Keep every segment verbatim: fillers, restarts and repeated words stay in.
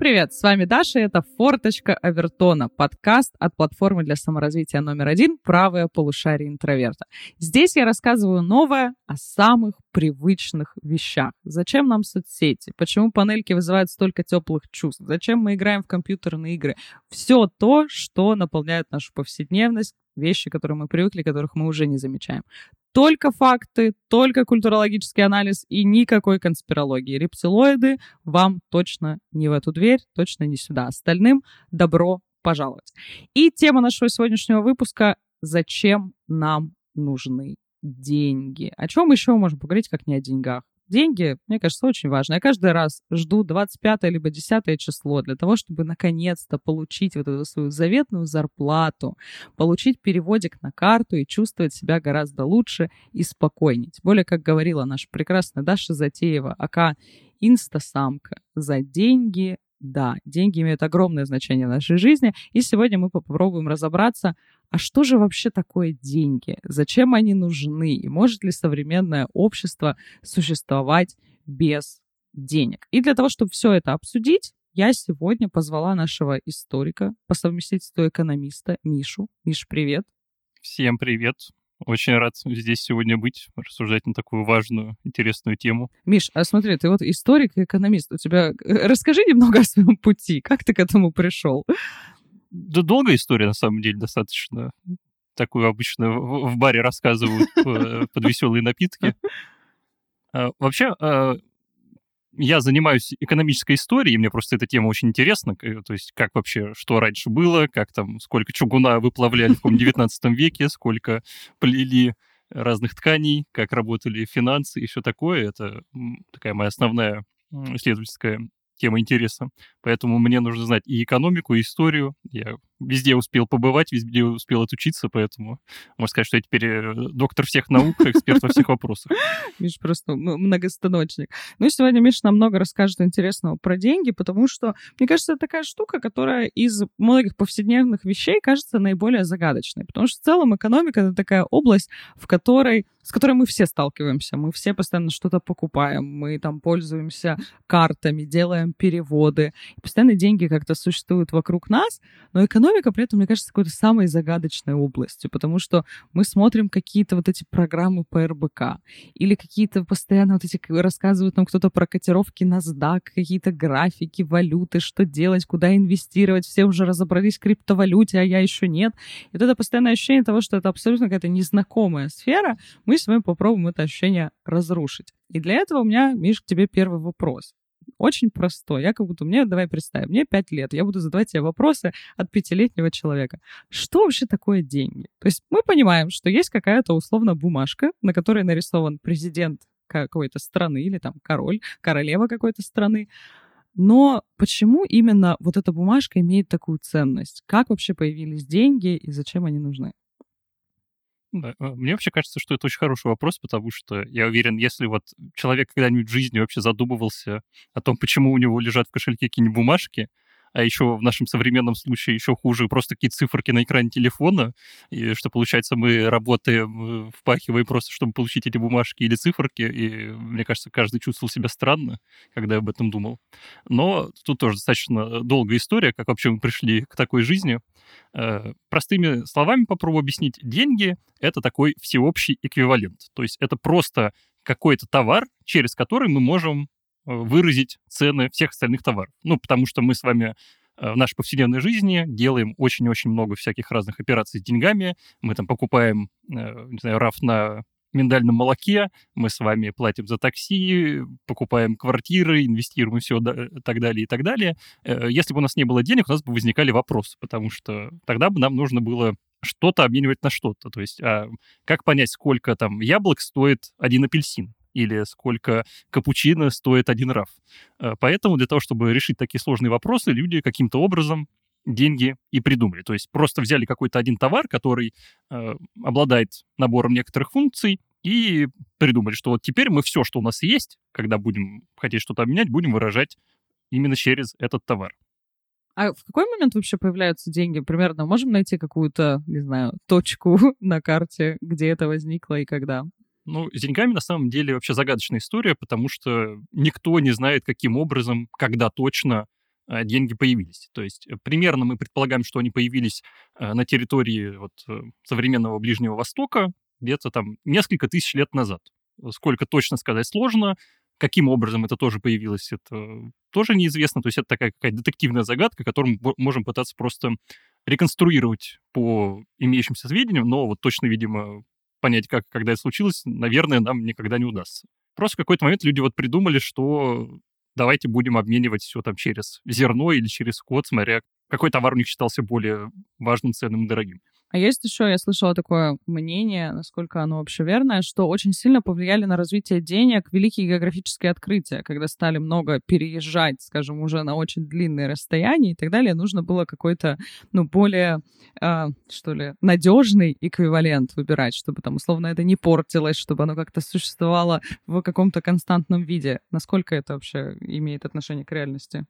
привет! С вами Даша, и это «Форточка Овертона», подкаст от платформы для саморазвития номер один «Правое полушарие интроверта». Здесь я рассказываю новое о самых привычных вещах. Зачем нам соцсети? Почему панельки вызывают столько теплых чувств? Зачем мы играем в компьютерные игры? Все то, что наполняет нашу повседневность, вещи, к которым мы привыкли, которых мы уже не замечаем. Только факты, только культурологический анализ и никакой конспирологии. Рептилоиды вам точно не в эту дверь, точно не сюда. Остальным добро пожаловать. И тема нашего сегодняшнего выпуска — «Зачем нам нужны деньги?». О чем еще мы можем поговорить, как не о деньгах? Деньги, мне кажется, очень важно. Я каждый раз жду двадцать пятое либо десятое число для того, чтобы наконец-то получить вот эту свою заветную зарплату, получить переводик на карту и чувствовать себя гораздо лучше и спокойнее. Тем более, как говорила наша прекрасная Даша Затеева, ака инстасамка, за деньги, да, деньги имеют огромное значение в нашей жизни. И сегодня мы попробуем разобраться, а что же вообще такое деньги? Зачем они нужны? И может ли современное общество существовать без денег? И для того, чтобы все это обсудить, я сегодня позвала нашего историка, по совместительству экономиста, Мишу. Миш, привет. Всем привет. Очень рад здесь сегодня быть, рассуждать на такую важную, интересную тему. Миш, а смотри, ты вот историк и экономист. У тебя... Расскажи немного о своем пути. Как ты к этому пришел? Да долгая история, на самом деле, достаточно. Такую обычно в баре рассказывают под веселые напитки. Вообще, я занимаюсь экономической историей, мне просто эта тема очень интересна, то есть как вообще, что раньше было, как там, сколько чугуна выплавляли в девятнадцатом веке, сколько плели разных тканей, как работали финансы и все такое. Это такая моя основная исследовательская тема интереса. Поэтому мне нужно знать и экономику, и историю. Я везде успел побывать, везде успел отучиться, поэтому можно сказать, что я теперь доктор всех наук, эксперт во всех вопросах. Миш просто многостаночник. Ну и сегодня Миша нам много расскажет интересного про деньги, потому что, мне кажется, это такая штука, которая из многих повседневных вещей кажется наиболее загадочной. Потому что в целом экономика — это такая область, в которой, с которой мы все сталкиваемся. Мы все постоянно что-то покупаем, мы там пользуемся картами, делаем переводы. И постоянно деньги как-то существуют вокруг нас, но экономика при этом, мне кажется, какой-то самой загадочной областью, потому что мы смотрим какие-то вот эти программы по эр бэ ка, или какие-то постоянно вот эти рассказывают нам кто-то про котировки NASDAQ, какие-то графики, валюты, что делать, куда инвестировать. Все уже разобрались в криптовалюте, а я еще нет. И вот это постоянное ощущение того, что это абсолютно какая-то незнакомая сфера, мы с вами попробуем это ощущение разрушить. И для этого у меня, Миш, к тебе первый вопрос. Очень простой. Я как будто мне, давай представим, мне пять лет, я буду задавать тебе вопросы от пятилетнего человека. Что вообще такое деньги? То есть мы понимаем, что есть какая-то условно бумажка, на которой нарисован президент какой-то страны или там король, королева какой-то страны. Но почему именно вот эта бумажка имеет такую ценность? Как вообще появились деньги и зачем они нужны? Да, мне вообще кажется, что это очень хороший вопрос, потому что я уверен, если вот человек когда-нибудь в жизни вообще задумывался о том, почему у него лежат в кошельке какие-нибудь бумажки, а еще в нашем современном случае еще хуже, просто какие-то циферки на экране телефона, и что, получается, мы работаем, впахиваем просто, чтобы получить эти бумажки или циферки, и мне кажется, каждый чувствовал себя странно, когда я об этом думал. Но тут тоже достаточно долгая история, как вообще мы пришли к такой жизни. Простыми словами попробую объяснить. Деньги — это такой всеобщий эквивалент, то есть это просто какой-то товар, через который мы можем выразить цены всех остальных товаров. Ну, потому что мы с вами в нашей повседневной жизни делаем очень-очень много всяких разных операций с деньгами. Мы там покупаем, не знаю, раф на миндальном молоке, мы с вами платим за такси, покупаем квартиры, инвестируем все и так далее, и так далее. Если бы у нас не было денег, у нас бы возникали вопросы, потому что тогда бы нам нужно было что-то обменивать на что-то. То есть, а как понять, сколько там яблок стоит один апельсин? Или сколько капучино стоит один раф. Поэтому для того, чтобы решить такие сложные вопросы, люди каким-то образом деньги и придумали. То есть просто взяли какой-то один товар, который э, обладает набором некоторых функций, и придумали, что вот теперь мы все, что у нас есть, когда будем хотеть что-то обменять, будем выражать именно через этот товар. А в какой момент вообще появляются деньги? Примерно можем найти какую-то, не знаю, точку на карте, где это возникло и когда? Ну, с деньгами, на самом деле, вообще загадочная история, потому что никто не знает, каким образом, когда точно э, деньги появились. То есть э, примерно мы предполагаем, что они появились э, на территории вот, э, современного Ближнего Востока где-то там несколько тысяч лет назад. Сколько точно сказать сложно. Каким образом это тоже появилось, это тоже неизвестно. То есть это такая какая-то детективная загадка, которую мы можем пытаться просто реконструировать по имеющимся сведениям, но вот точно, видимо, понять, как, когда это случилось, наверное, нам никогда не удастся. Просто в какой-то момент люди вот придумали, что давайте будем обменивать все там через зерно или через код, смотря какой товар у них считался более важным, ценным и дорогим. А есть еще, я слышала такое мнение, насколько оно вообще верное, что очень сильно повлияли на развитие денег великие географические открытия, когда стали много переезжать, скажем, уже на очень длинные расстояния и так далее, нужно было какой-то, ну, более, э, что ли, надежный эквивалент выбирать, чтобы там, условно, это не портилось, чтобы оно как-то существовало в каком-то константном виде. Насколько это вообще имеет отношение к реальности?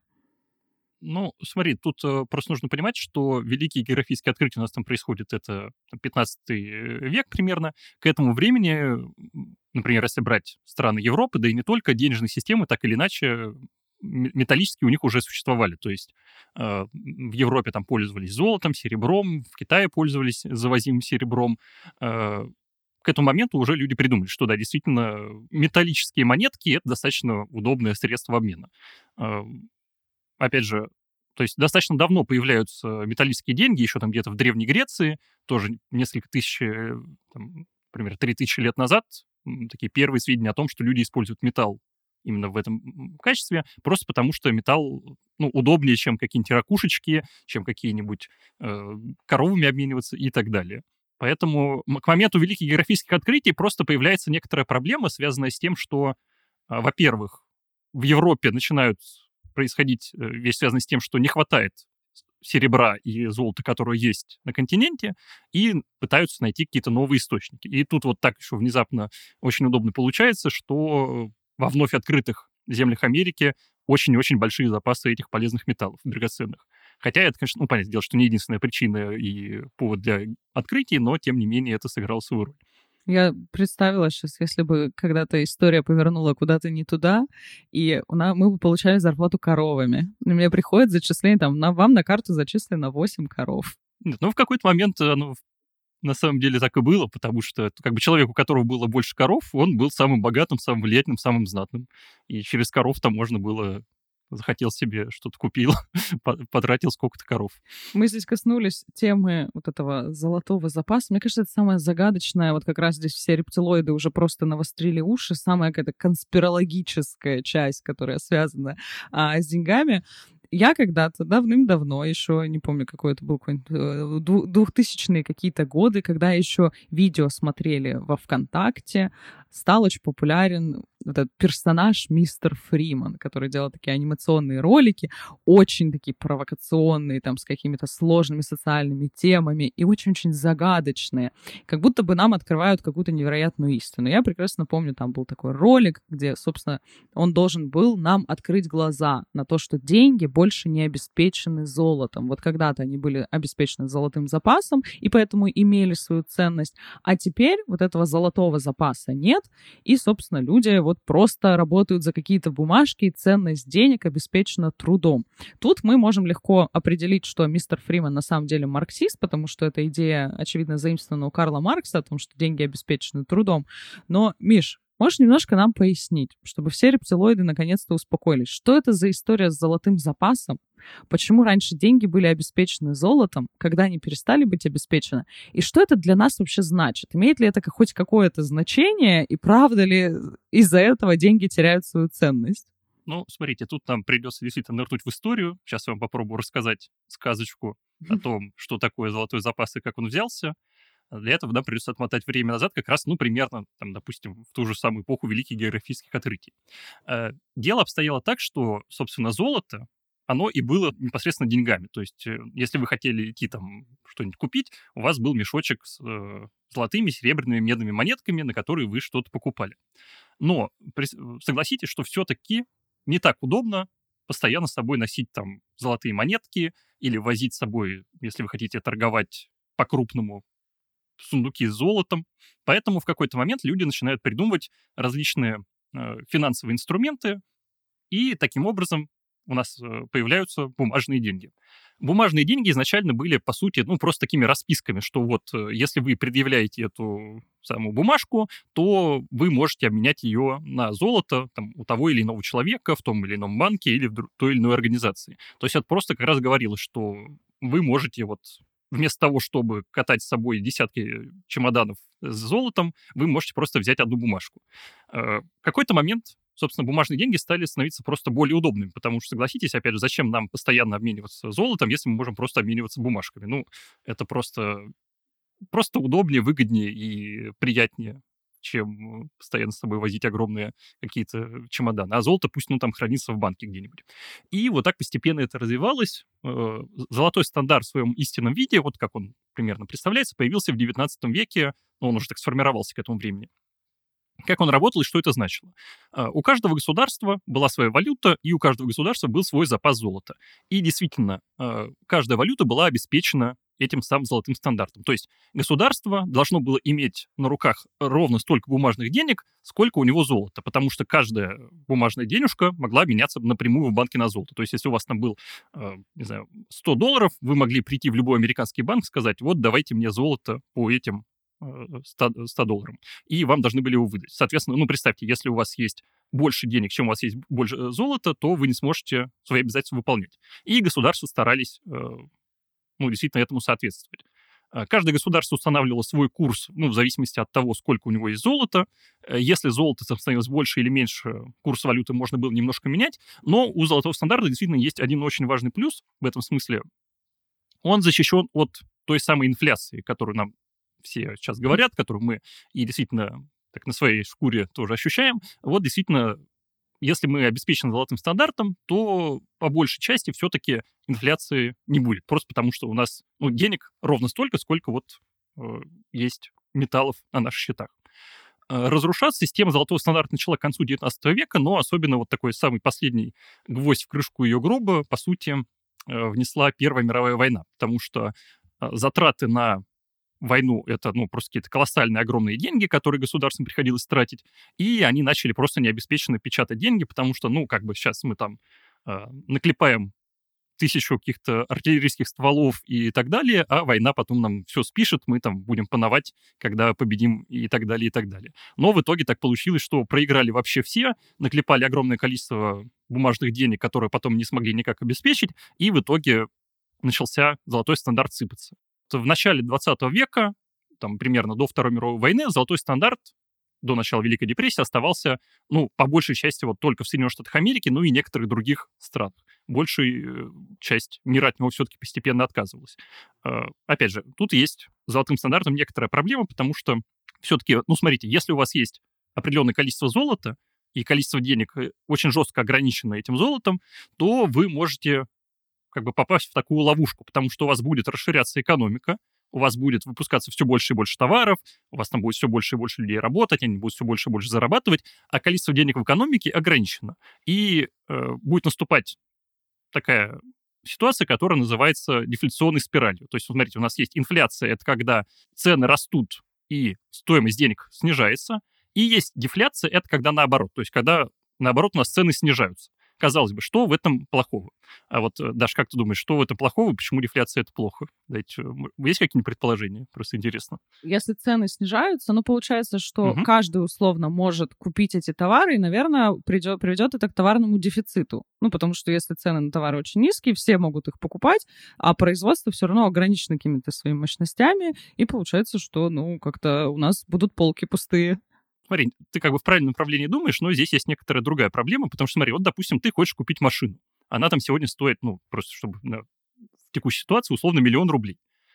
Ну, смотри, тут э, просто нужно понимать, что великие географические открытия у нас там происходят, это там, пятнадцатый век примерно. К этому времени, м, например, если брать страны Европы, да и не только, денежные системы так или иначе м- металлические у них уже существовали. То есть э, в Европе там пользовались золотом, серебром, в Китае пользовались завозимым серебром. Э, к этому моменту уже люди придумали, что да, действительно, металлические монетки — это достаточно удобное средство обмена. Э, Опять же, то есть достаточно давно появляются металлические деньги, еще там где-то в Древней Греции, тоже несколько тысяч, э, там, например, три тысячи лет назад, м, такие первые сведения о том, что люди используют металл именно в этом м, качестве, просто потому что металл, ну, удобнее, чем какие-нибудь ракушечки, чем какие-нибудь э, коровами обмениваться и так далее. Поэтому м- к моменту великих географических открытий просто появляется некоторая проблема, связанная с тем, что, а, во-первых, в Европе начинают происходить э, вещь, связанная с тем, что не хватает серебра и золота, которое есть на континенте, и пытаются найти какие-то новые источники. И тут вот так еще внезапно очень удобно получается, что во вновь открытых землях Америки очень-очень большие запасы этих полезных металлов, драгоценных. Хотя это, конечно, ну, понятное дело, что не единственная причина и повод для открытий, но, тем не менее, это сыграло свою роль. Я представила сейчас, если бы когда-то история повернула куда-то не туда, и у нас, мы бы получали зарплату коровами. И мне приходит зачисление, там, на, вам на карту зачислено восемь коров. Нет, ну, в какой-то момент оно на самом деле так и было, потому что это как бы человек, у которого было больше коров, он был самым богатым, самым влиятельным, самым знатным. И через коров там можно было захотел себе что-то купил, по- потратил сколько-то коров. Мы здесь коснулись темы вот этого золотого запаса. Мне кажется, это самое загадочное. Вот как раз здесь все рептилоиды уже просто навострили уши. Самая какая-то конспирологическая часть, которая связана а, с деньгами. Я когда-то давным-давно, еще не помню, какой это был, какой-нибудь э, дву- двухтысячные какие-то годы, когда еще видео смотрели во ВКонтакте, стал очень популярен вот этот персонаж мистер Фриман, который делал такие анимационные ролики, очень такие провокационные, там, с какими-то сложными социальными темами и очень-очень загадочные. Как будто бы нам открывают какую-то невероятную истину. Я прекрасно помню, там был такой ролик, где, собственно, он должен был нам открыть глаза на то, что деньги больше не обеспечены золотом. Вот когда-то они были обеспечены золотым запасом, и поэтому имели свою ценность. А теперь вот этого золотого запаса нет, и, собственно, люди вот просто работают за какие-то бумажки, и ценность денег обеспечена трудом. Тут мы можем легко определить, что мистер Фриман на самом деле марксист, потому что эта идея, очевидно, заимствована у Карла Маркса о том, что деньги обеспечены трудом. Но, Миш, можешь немножко нам пояснить, чтобы все рептилоиды наконец-то успокоились? Что это за история с золотым запасом? Почему раньше деньги были обеспечены золотом, когда они перестали быть обеспечены? И что это для нас вообще значит? Имеет ли это хоть какое-то значение? И правда ли из-за этого деньги теряют свою ценность? Ну, смотрите, тут нам придется действительно нырнуть в историю. Сейчас я вам попробую рассказать сказочку о том, что такое золотой запас и как он взялся. А Для этого нам придется отмотать время назад, как раз, ну, примерно, там, допустим, в ту же самую эпоху великих географических открытий. Э, Дело обстояло так, что, собственно, золото, оно и было непосредственно деньгами. То есть, э, если вы хотели идти там что-нибудь купить, у вас был мешочек с э, золотыми, серебряными, медными монетками, на которые вы что-то покупали. Но прис- согласитесь, что все-таки не так удобно постоянно с собой носить там золотые монетки или возить с собой, если вы хотите торговать по-крупному, сундуки с золотом. Поэтому в какой-то момент люди начинают придумывать различные э, финансовые инструменты и таким образом у нас э, появляются бумажные деньги. Бумажные деньги изначально были, по сути, ну, просто такими расписками, что вот э, если вы предъявляете эту самую бумажку, то вы можете обменять ее на золото там, у того или иного человека в том или ином банке или в дру- той или иной организации. То есть это просто как раз говорилось, что вы можете вот вместо того, чтобы катать с собой десятки чемоданов с золотом, вы можете просто взять одну бумажку. Э, В какой-то момент, собственно, бумажные деньги стали становиться просто более удобными, потому что, согласитесь, опять же, зачем нам постоянно обмениваться золотом, если мы можем просто обмениваться бумажками? Ну, это просто, просто удобнее, выгоднее и приятнее, чем э, постоянно с собой возить огромные какие-то чемоданы. А золото пусть, ну, там хранится в банке где-нибудь. И вот так постепенно это развивалось. Э, Золотой стандарт в своем истинном виде, вот как он примерно представляется, появился в девятнадцатом веке, ну, он уже так сформировался к этому времени. Как он работал и что это значило? А, У каждого государства была своя валюта, и у каждого государства был свой запас золота. И действительно, а, каждая валюта была обеспечена этим самым золотым стандартом. То есть государство должно было иметь на руках ровно столько бумажных денег, сколько у него золота, потому что каждая бумажная денежка могла меняться напрямую в банке на золото. То есть если у вас там был, а, не знаю, сто долларов, вы могли прийти в любой американский банк и сказать, вот давайте мне золото по этим э, ста ста долларам, и вам должны были его выдать. Соответственно, ну, представьте, если у вас есть больше денег, чем у вас есть больше э, золота, то вы не сможете свои обязательства выполнять. И государства старались, э, ну, действительно этому соответствовать. Э, Каждое государство устанавливало свой курс, ну, в зависимости от того, сколько у него есть золота. Э, Если золото там становилось больше или меньше, курс валюты можно было немножко менять. Но у золотого стандарта действительно есть один очень важный плюс в этом смысле. Он защищен от той самой инфляции, которую нам все сейчас говорят, которую мы и действительно так на своей шкуре тоже ощущаем. Вот действительно, если мы обеспечены золотым стандартом, то по большей части все-таки инфляции не будет. Просто потому, что у нас ну, денег ровно столько, сколько вот э, есть металлов на наших счетах. Э, Разрушаться система золотого стандарта начала к концу девятнадцатого века, но особенно вот такой самый последний гвоздь в крышку ее гроба, по сути, э, внесла Первая мировая война, потому что э, затраты на войну — это, ну, просто какие-то колоссальные, огромные деньги, которые государствам приходилось тратить, и они начали просто необеспеченно печатать деньги, потому что, ну, как бы сейчас мы там э, наклепаем тысячу каких-то артиллерийских стволов и так далее, а война потом нам все спишет, мы там будем пановать, когда победим и так далее, и так далее. Но в итоге так получилось, что проиграли вообще все, наклепали огромное количество бумажных денег, которые потом не смогли никак обеспечить, и в итоге начался золотой стандарт сыпаться. В начале двадцатого века, там примерно до Второй мировой войны, золотой стандарт до начала Великой депрессии оставался, ну, по большей части вот только в Соединенных Штатах Америки, ну и некоторых других странах. Большая э, часть мира от него все-таки постепенно отказывалась. Э, Опять же, тут есть с золотым стандартом некоторая проблема, потому что все-таки, ну, смотрите, если у вас есть определенное количество золота, и количество денег э, очень жестко ограничено этим золотом, то вы можете как бы попасть в такую ловушку, потому что у вас будет расширяться экономика, у вас будет выпускаться все больше и больше товаров, у вас там будет все больше и больше людей работать, они будут все больше и больше зарабатывать, а количество денег в экономике ограничено. И э, будет наступать такая ситуация, которая называется дефляционной спиралью. То есть, вот смотрите, у нас есть инфляция, это когда цены растут и стоимость денег снижается, и есть дефляция, это когда наоборот, то есть когда наоборот у нас цены снижаются. Казалось бы, что в этом плохого? А вот, э, Даш, как ты думаешь, что в этом плохого, почему дефляция — это плохо? Дайте, э, м- есть какие-нибудь предположения? Просто интересно. Если цены снижаются, ну, получается, что Мгм. каждый условно может купить эти товары, и, наверное, придет, приведет это к товарному дефициту. Ну, потому что если цены на товары очень низкие, все могут их покупать, а производство все равно ограничено какими-то своими мощностями, и получается, что, ну, как-то у нас будут полки пустые. Смотри, ты как бы в правильном направлении думаешь, но здесь есть некоторая другая проблема, потому что, смотри, вот, допустим, ты хочешь купить машину. Она там сегодня стоит, ну, просто чтобы на- в текущей ситуации, условно, миллион рублей.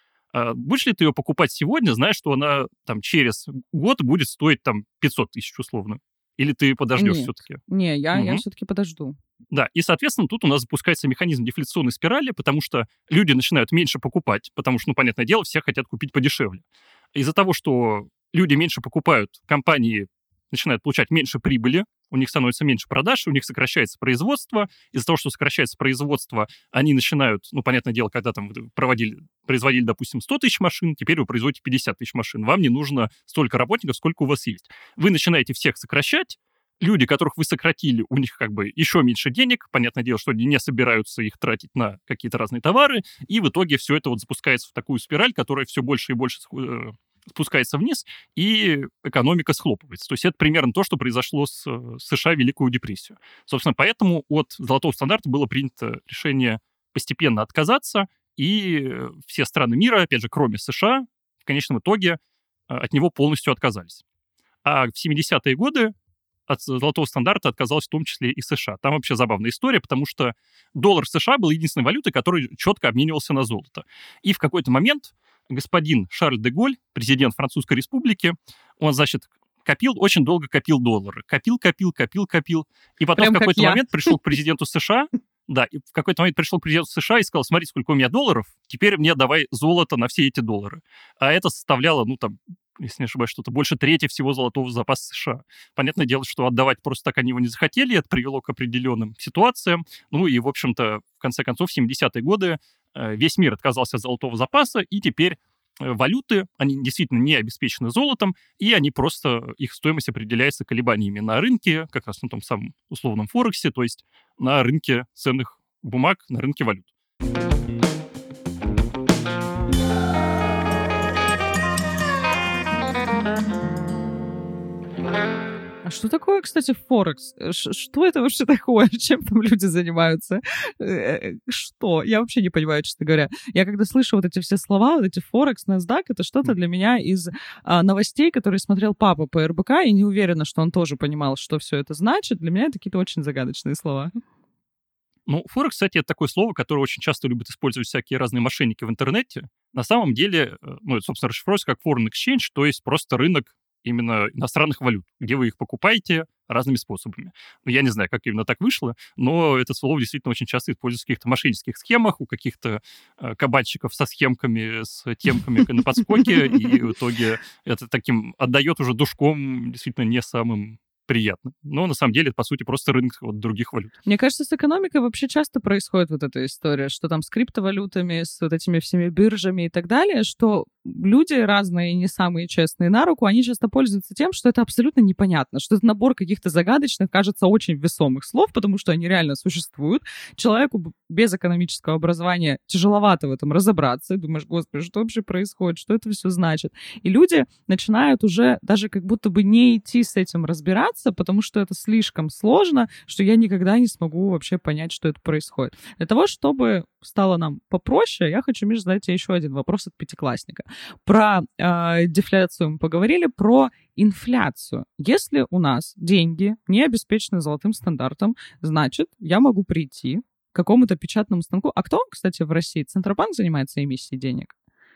А будешь ли ты ее покупать сегодня, зная, что она там через год будет стоить там пятьсот тысяч условно? Или ты подождешь Нет, все-таки? не, я, я все-таки подожду. Да, и, соответственно, тут у нас запускается механизм дефляционной спирали, потому что люди начинают меньше покупать, потому что, ну, понятное дело, все хотят купить подешевле. Из-за того, что люди меньше покупают, компании начинают получать меньше прибыли, у них становится меньше продаж, у них сокращается производство. Из-за того, что сокращается производство, они начинают, ну, понятное дело, когда там вы проводили, производили, допустим, сто тысяч машин, теперь вы производите пятьдесят тысяч машин. Вам не нужно столько работников, сколько у вас есть. Вы начинаете всех сокращать, люди, которых вы сократили, у них как бы еще меньше денег. Понятное дело, что они не собираются их тратить на какие-то разные товары. И в итоге все это вот запускается в такую спираль, которая все больше и больше э, спускается вниз, и экономика схлопывается. То есть это примерно то, что произошло с э, США в Великую депрессию. Собственно, поэтому от золотого стандарта было принято решение постепенно отказаться, и все страны мира, опять же, кроме США, в конечном итоге э, от него полностью отказались. А в семидесятые годы от золотого стандарта отказалась в том числе и США. Там вообще забавная история, потому что доллар США был единственной валютой, который четко обменивался на золото. И в какой-то момент господин Шарль де Голль, президент Французской республики, он, значит, копил, очень долго копил доллары. Копил, копил, копил, копил. И потом Прям в как какой-то я. момент пришел к президенту США, да, и в какой-то момент пришел к президенту США и сказал: смотри, сколько у меня долларов, теперь мне давай золото на все эти доллары. А это составляло, ну, там, если не ошибаюсь, что-то больше трети всего золотого запаса США. Понятное дело, что отдавать просто так они его не захотели, это привело к определенным ситуациям. Ну и, в общем-то, в конце концов, в семидесятые годы весь мир отказался от золотого запаса, и теперь валюты, они действительно не обеспечены золотом, и они просто, их стоимость определяется колебаниями на рынке, как раз на том самом условном Форексе, то есть на рынке ценных бумаг, на рынке валют. А что такое, кстати, Форекс? Ш- Что это вообще такое? Чем там люди занимаются? Э, Что? Я вообще не понимаю, честно говоря. Я когда слышу вот эти все слова, вот эти Форекс, NASDAQ, это что-то для меня из а, новостей, которые смотрел папа по эр бэ ка, и не уверена, что он тоже понимал, что все это значит. Для меня это какие-то очень загадочные слова. Ну, Форекс, кстати, это такое слово, которое очень часто любят использовать всякие разные мошенники в интернете. На самом деле, э, ну, это, собственно, расшифровывается как foreign exchange, то есть просто рынок именно иностранных валют, где вы их покупаете разными способами. Ну, я не знаю, как именно так вышло, но это слово действительно очень часто используется в каких-то мошеннических схемах, у каких-то э, кабачиков со схемками, с темками на подскоке, и в итоге это таким отдает уже душком действительно не самым приятно. Но на самом деле это, по сути, просто рынок вот других валют. Мне кажется, с экономикой вообще часто происходит вот эта история, что там с криптовалютами, с вот этими всеми биржами и так далее, что люди разные, не самые честные на руку, они часто пользуются тем, что это абсолютно непонятно, что это набор каких-то загадочных, кажется, очень весомых слов, потому что они реально существуют. Человеку без экономического образования тяжеловато в этом разобраться. И думаешь, господи, что вообще происходит, что это все значит? И люди начинают уже даже как будто бы не идти с этим разбираться, потому что это слишком сложно, что я никогда не смогу вообще понять, что это происходит. Для того, чтобы стало нам попроще, я хочу, Миш, задать тебе еще один вопрос от пятиклассника. Про э, дефляцию мы поговорили, про инфляцию. Если у нас деньги не обеспечены золотым стандартом, значит, я могу прийти к какому-то печатному станку. А кто, кстати, в России? Центробанк занимается эмиссией денег?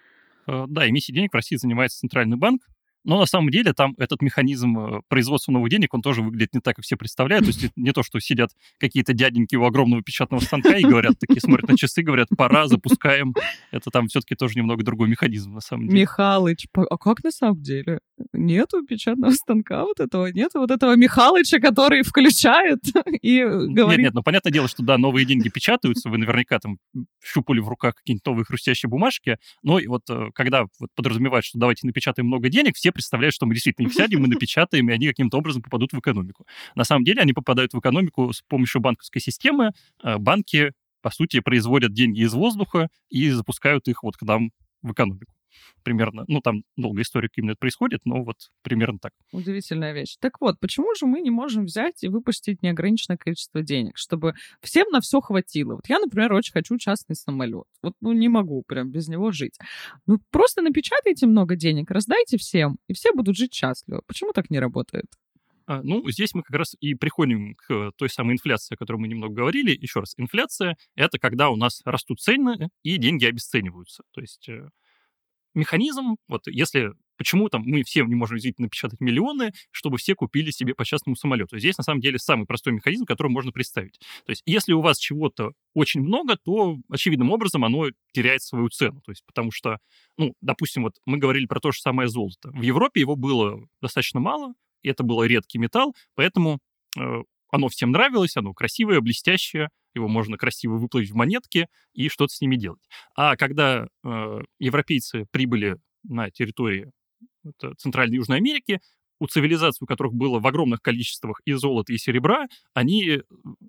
Э, Да, эмиссией денег в России занимается Центральный банк, но на самом деле там этот механизм э, производства новых денег, он тоже выглядит не так, как все представляют. То есть это не то, что сидят какие-то дяденьки у огромного печатного станка и говорят, такие смотрят на часы, говорят, пора, запускаем. Это там все-таки тоже немного другой механизм на самом деле. Михалыч, по- а как на самом деле? Нету печатного станка вот этого? Нету вот этого Михалыча, который включает и Нет, говорит... нет, ну понятное дело, что да, новые деньги печатаются, вы наверняка там щупали в руках какие-нибудь новые хрустящие бумажки, но и вот э, когда вот подразумевают, что давайте напечатаем много денег, все представляют, что мы действительно их сядем, мы напечатаем, и они каким-то образом попадут в экономику. На самом деле они попадают в экономику с помощью банковской системы. Э, Банки, по сути, производят деньги из воздуха и запускают их вот к нам в экономику. Примерно, ну, там долгая история, как именно это происходит, но вот примерно так. Удивительная вещь. Так вот, почему же мы не можем взять и выпустить неограниченное количество денег, чтобы всем на все хватило? Вот я, например, очень хочу частный самолет. Вот, ну, не могу прям без него жить. Ну, просто напечатайте много денег, раздайте всем, и все будут жить счастливо. Почему так не работает? А, Ну, здесь мы как раз и приходим к той самой инфляции, о которой мы немного говорили. Еще раз, инфляция — это когда у нас растут цены и деньги обесцениваются. То есть э, механизм, вот если почему там мы все не можем действительно напечатать миллионы, чтобы все купили себе по частному самолету. Здесь, на самом деле, самый простой механизм, который можно представить. То есть если у вас чего-то очень много, то очевидным образом оно теряет свою цену. То есть потому что, ну, допустим, вот мы говорили про то же самое золото. В Европе его было достаточно мало, и это был редкий металл, поэтому э, оно всем нравилось, оно красивое, блестящее, его можно красиво выплавить в монетки и что-то с ними делать. А когда э, европейцы прибыли на территории это, Центральной и Южной Америки, у цивилизаций, у которых было в огромных количествах и золота, и серебра, они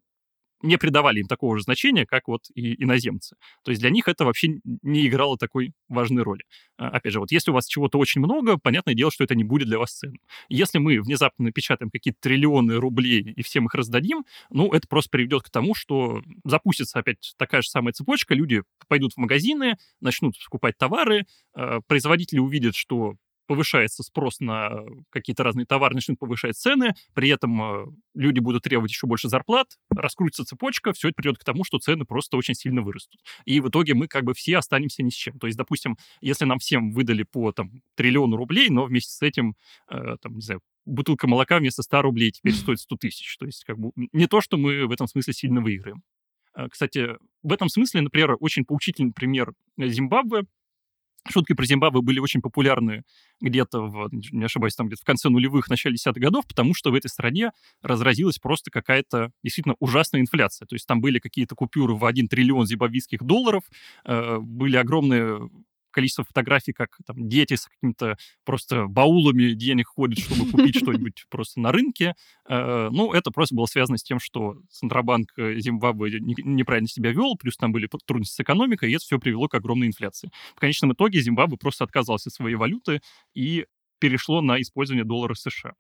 не придавали им такого же значения, как вот и иноземцы. То есть для них это вообще не играло такой важной роли. Опять же, вот если у вас чего-то очень много, понятное дело, что это не будет для вас ценным. Если мы внезапно напечатаем какие-то триллионы рублей и всем их раздадим, ну, это просто приведет к тому, что запустится опять такая же самая цепочка, люди пойдут в магазины, начнут скупать товары, производители увидят, что повышается спрос на какие-то разные товары, начнут повышать цены, при этом э, люди будут требовать еще больше зарплат, раскрутится цепочка, все это придет к тому, что цены просто очень сильно вырастут. И в итоге мы как бы все останемся ни с чем. То есть, допустим, если нам всем выдали по там, триллиону рублей, но вместе с этим, э, там, не знаю, бутылка молока вместо ста рублей теперь стоит сто тысяч. То есть как бы не то, что мы в этом смысле сильно выиграем. Кстати, в этом смысле, например, очень поучительный пример Зимбабве. Шутки про Зимбабве были очень популярны где-то, в, не ошибаюсь, там где-то в конце нулевых, начале десятых годов, потому что в этой стране разразилась просто какая-то действительно ужасная инфляция. То есть там были какие-то купюры в один триллион зимбабвийских долларов, э, были огромные количество фотографий, как там дети с какими-то просто баулами денег ходят, чтобы купить что-нибудь просто на рынке. Ну, это просто было связано с тем, что Центробанк Зимбабве неправильно себя вел, плюс там были трудности с экономикой, и это все привело к огромной инфляции. В конечном итоге Зимбабве просто отказался от своей валюты и перешло на использование доллара США.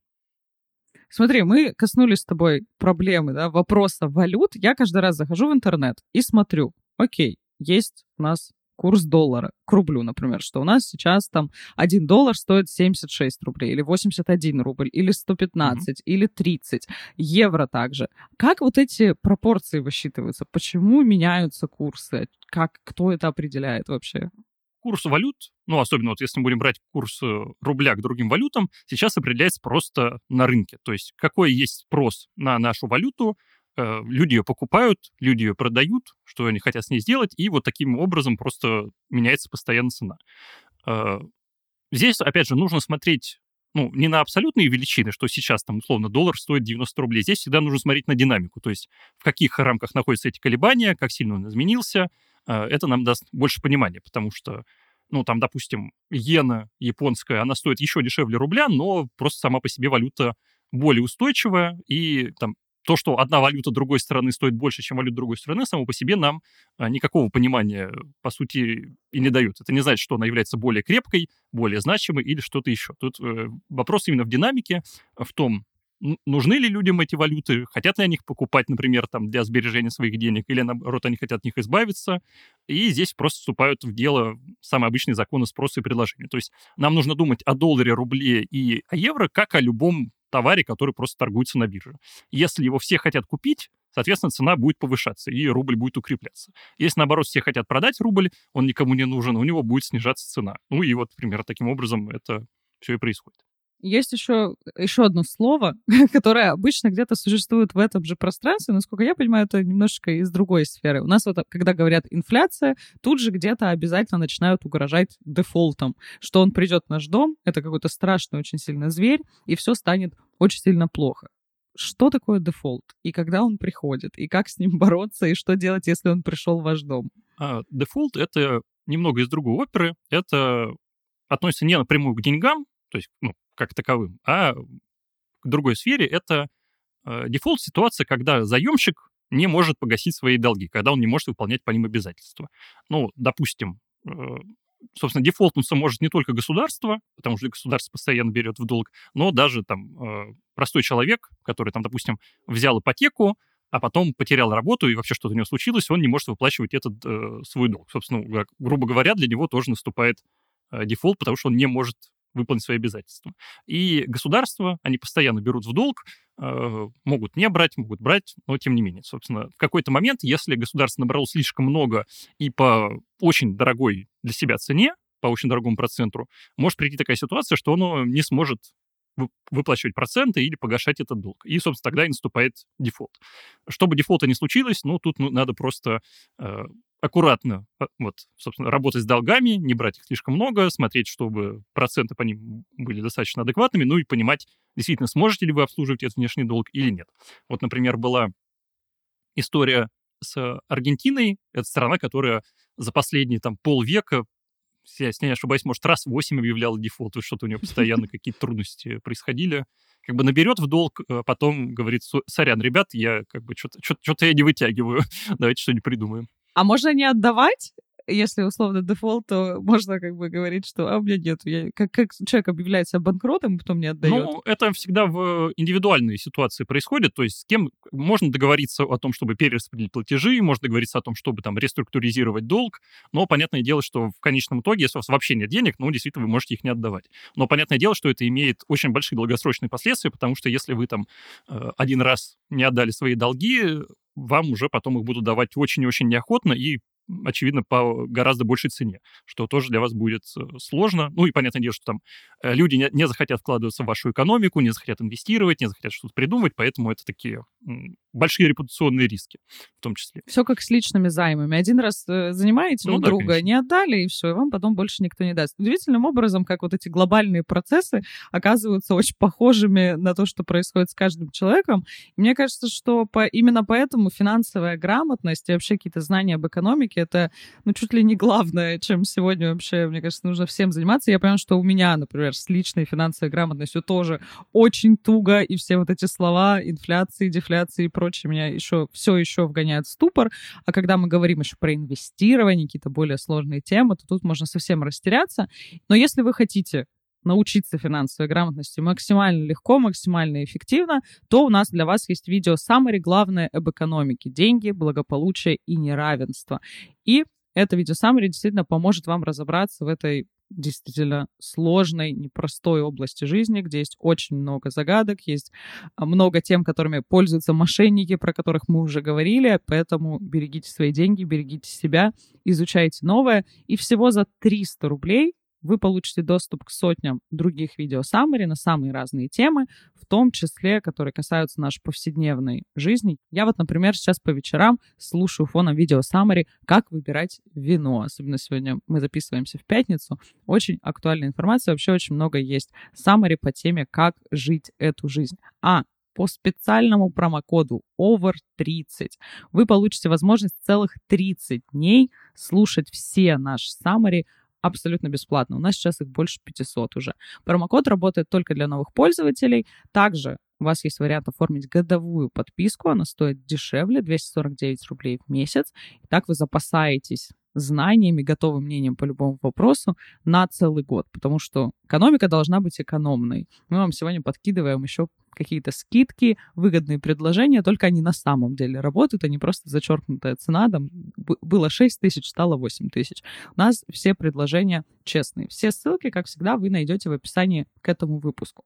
Смотри, мы коснулись с тобой проблемы, да, вопроса валют. Я каждый раз захожу в интернет и смотрю, окей, есть у нас курс доллара к рублю, например, что у нас сейчас там один доллар стоит семьдесят шесть рублей, или восемьдесят один рубль, или сто пятнадцать, mm-hmm. или тридцать. Евро также. Как вот эти пропорции высчитываются? Почему меняются курсы? Как, кто это определяет вообще? Курс валют, ну, особенно вот если мы будем брать курс рубля к другим валютам, сейчас определяется просто на рынке. То есть какой есть спрос на нашу валюту, люди ее покупают, люди ее продают, что они хотят с ней сделать, и вот таким образом просто меняется постоянно цена. Здесь, опять же, нужно смотреть, ну, не на абсолютные величины, что сейчас там, условно, доллар стоит девяносто рублей. Здесь всегда нужно смотреть на динамику, то есть в каких рамках находятся эти колебания, как сильно он изменился. Это нам даст больше понимания, потому что, ну, там, допустим, иена японская, она стоит еще дешевле рубля, но просто сама по себе валюта более устойчивая, и там то, что одна валюта другой страны стоит больше, чем валюта другой страны, само по себе нам а, никакого понимания, по сути, и не дает. Это не значит, что она является более крепкой, более значимой или что-то еще. Тут э, вопрос именно в динамике, в том, нужны ли людям эти валюты, хотят ли они их покупать, например, там, для сбережения своих денег, или, наоборот, они хотят от них избавиться. И здесь просто вступают в дело самые обычные законы спроса и предложения. То есть нам нужно думать о долларе, рубле и о евро как о любом товаре, который просто торгуется на бирже. Если его все хотят купить, соответственно, цена будет повышаться, и рубль будет укрепляться. Если, наоборот, все хотят продать рубль, он никому не нужен, у него будет снижаться цена. Ну и вот, например, таким образом это все и происходит. Есть еще, еще одно слово, которое обычно где-то существует в этом же пространстве. Насколько я понимаю, это немножечко из другой сферы. У нас вот, когда говорят инфляция, тут же где-то обязательно начинают угрожать дефолтом, что он придет в наш дом, это какой-то страшный очень сильно зверь, и все станет очень сильно плохо. Что такое дефолт? И когда он приходит? И как с ним бороться? И что делать, если он пришел в ваш дом? А, дефолт — это немного из другой оперы. Это относится не напрямую к деньгам, то есть, ну, как таковым, а к другой сфере. Это э, дефолт-ситуация, когда заемщик не может погасить свои долги, когда он не может выполнять по ним обязательства. Ну, допустим, э, собственно, дефолтнуться может не только государство, потому что государство постоянно берет в долг, но даже там э, простой человек, который там, допустим, взял ипотеку, а потом потерял работу, и вообще что-то у него случилось, он не может выплачивать этот э, свой долг. Собственно, грубо говоря, для него тоже наступает э, дефолт, потому что он не может выполнить свои обязательства. И государства, они постоянно берут в долг, э, могут не брать, могут брать, но тем не менее. Собственно, в какой-то момент, если государство набрало слишком много и по очень дорогой для себя цене, по очень дорогому проценту, может прийти такая ситуация, что оно не сможет выплачивать проценты или погашать этот долг. И, собственно, тогда и наступает дефолт. Чтобы дефолта не случилось, ну, тут ну, надо просто э, аккуратно, вот, собственно, работать с долгами, не брать их слишком много, смотреть, чтобы проценты по ним были достаточно адекватными, ну и понимать, действительно, сможете ли вы обслуживать этот внешний долг или нет. Вот, например, была история с Аргентиной. Это страна, которая за последние там полвека если я не ошибаюсь, может, раз восемь объявляла дефолт, и что-то у нее постоянно какие-то трудности происходили. Как бы наберет в долг, а потом говорит: сорян, ребят, я как бы что-то, что-то я не вытягиваю, давайте что-нибудь придумаем. А можно не отдавать? Если условно дефолт, то можно как бы говорить, что а у меня нету. Я, как, как человек объявляет себя банкротом, потом не отдает. Ну, это всегда в индивидуальной ситуации происходит. То есть с кем можно договориться о том, чтобы перераспределить платежи, можно договориться о том, чтобы там реструктуризировать долг. Но понятное дело, что в конечном итоге, если у вас вообще нет денег, ну, действительно, вы можете их не отдавать. Но понятное дело, что это имеет очень большие долгосрочные последствия, потому что если вы там один раз не отдали свои долги, вам уже потом их будут давать очень-очень неохотно и, очевидно, по гораздо большей цене, что тоже для вас будет сложно. Ну и понятное дело, что там люди не, не захотят вкладываться в вашу экономику, не захотят инвестировать, не захотят что-то придумывать, поэтому это такие большие репутационные риски в том числе. Все как с личными займами. Один раз занимаете ну, у да, друга, конечно. Не отдали, и все, и вам потом больше никто не даст. Удивительным образом, как вот эти глобальные процессы оказываются очень похожими на то, что происходит с каждым человеком. И мне кажется, что по, именно поэтому финансовая грамотность и вообще какие-то знания об экономике — это ну, чуть ли не главное, чем сегодня вообще, мне кажется, нужно всем заниматься. Я понимаю, что у меня, например, с личной финансовой грамотностью тоже очень туго, и все вот эти слова инфляции, дефляции и прочее меня еще все еще вгоняют в ступор. А когда мы говорим еще про инвестирование, какие-то более сложные темы, то тут можно совсем растеряться. Но если вы хотите научиться финансовой грамотности максимально легко, максимально эффективно, то у нас для вас есть видео «Саммари. Главное об экономике. Деньги, благополучие и неравенство». И это видео «Саммари» действительно поможет вам разобраться в этой действительно сложной, непростой области жизни, где есть очень много загадок, есть много тем, которыми пользуются мошенники, про которых мы уже говорили, поэтому берегите свои деньги, берегите себя, изучайте новое, и всего за триста рублей вы получите доступ к сотням других видео Саммари на самые разные темы, в том числе, которые касаются нашей повседневной жизни. Я вот, например, сейчас по вечерам слушаю фоном видео Саммари «Как выбирать вино». Особенно сегодня мы записываемся в пятницу. Очень актуальная информация. Вообще очень много есть Саммари по теме «Как жить эту жизнь». А по специальному промокоду овер тридцать вы получите возможность целых тридцать дней слушать все наши Саммари абсолютно бесплатно. У нас сейчас их больше пятисот уже. Промокод работает только для новых пользователей. Также у вас есть вариант оформить годовую подписку. Она стоит дешевле, двести сорок девять рублей в месяц. И так вы запасаетесь знаниями, готовым мнением по любому вопросу на целый год. Потому что экономика должна быть экономной. Мы вам сегодня подкидываем еще какие-то скидки, выгодные предложения, только они на самом деле работают, они просто зачеркнутая цена, там было шесть тысяч, стало восемь тысяч. У нас все предложения честные. Все ссылки, как всегда, вы найдете в описании к этому выпуску.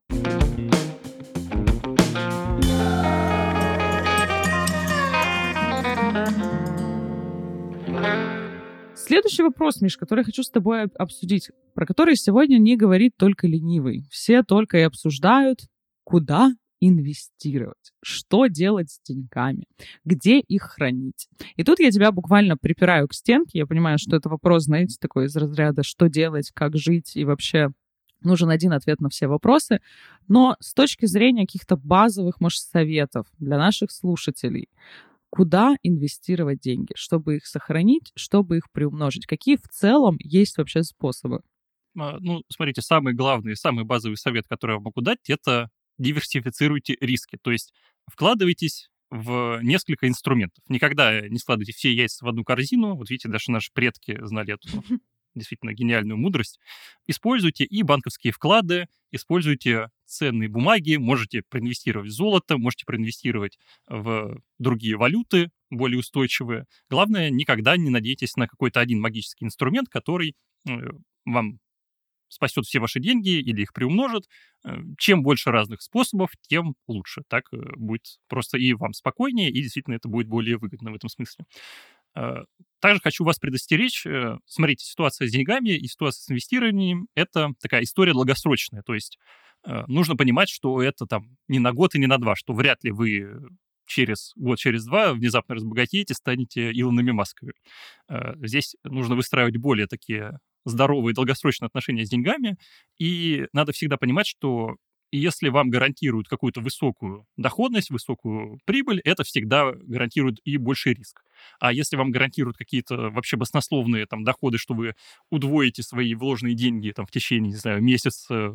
Следующий вопрос, Миш, который я хочу с тобой обсудить, про который сегодня не говорит только ленивый. Все только и обсуждают, куда инвестировать, что делать с деньгами, где их хранить. И тут я тебя буквально припираю к стенке. Я понимаю, что это вопрос, знаете, такой из разряда «что делать?», «как жить?» и вообще нужен один ответ на все вопросы. Но с точки зрения каких-то базовых, может, советов для наших слушателей, куда инвестировать деньги, чтобы их сохранить, чтобы их приумножить? Какие в целом есть вообще способы? Ну, смотрите, самый главный, самый базовый совет, который я могу дать, это диверсифицируйте риски. То есть вкладывайтесь в несколько инструментов. Никогда не складывайте все яйца в одну корзину. Вот видите, даже наши предки знали эту действительно гениальную мудрость. Используйте и банковские вклады, используйте ценные бумаги, можете проинвестировать в золото, можете проинвестировать в другие валюты, более устойчивые. Главное, никогда не надейтесь на какой-то один магический инструмент, который вам спасет все ваши деньги или их приумножит. Чем больше разных способов, тем лучше. Так будет просто и вам спокойнее, и действительно это будет более выгодно в этом смысле. Также хочу вас предостеречь. Смотрите, ситуация с деньгами и ситуация с инвестированием — это такая история долгосрочная. То есть нужно понимать, что это там не на год и не на два, что вряд ли вы через год, через два внезапно разбогатеете, станете Илонами Масками. Здесь нужно выстраивать более такие здоровые долгосрочные отношения с деньгами, и надо всегда понимать, что если вам гарантируют какую-то высокую доходность, высокую прибыль, это всегда гарантирует и больший риск. А если вам гарантируют какие-то вообще баснословные там доходы, что вы удвоите свои вложенные деньги там в течение, не знаю, месяца, э,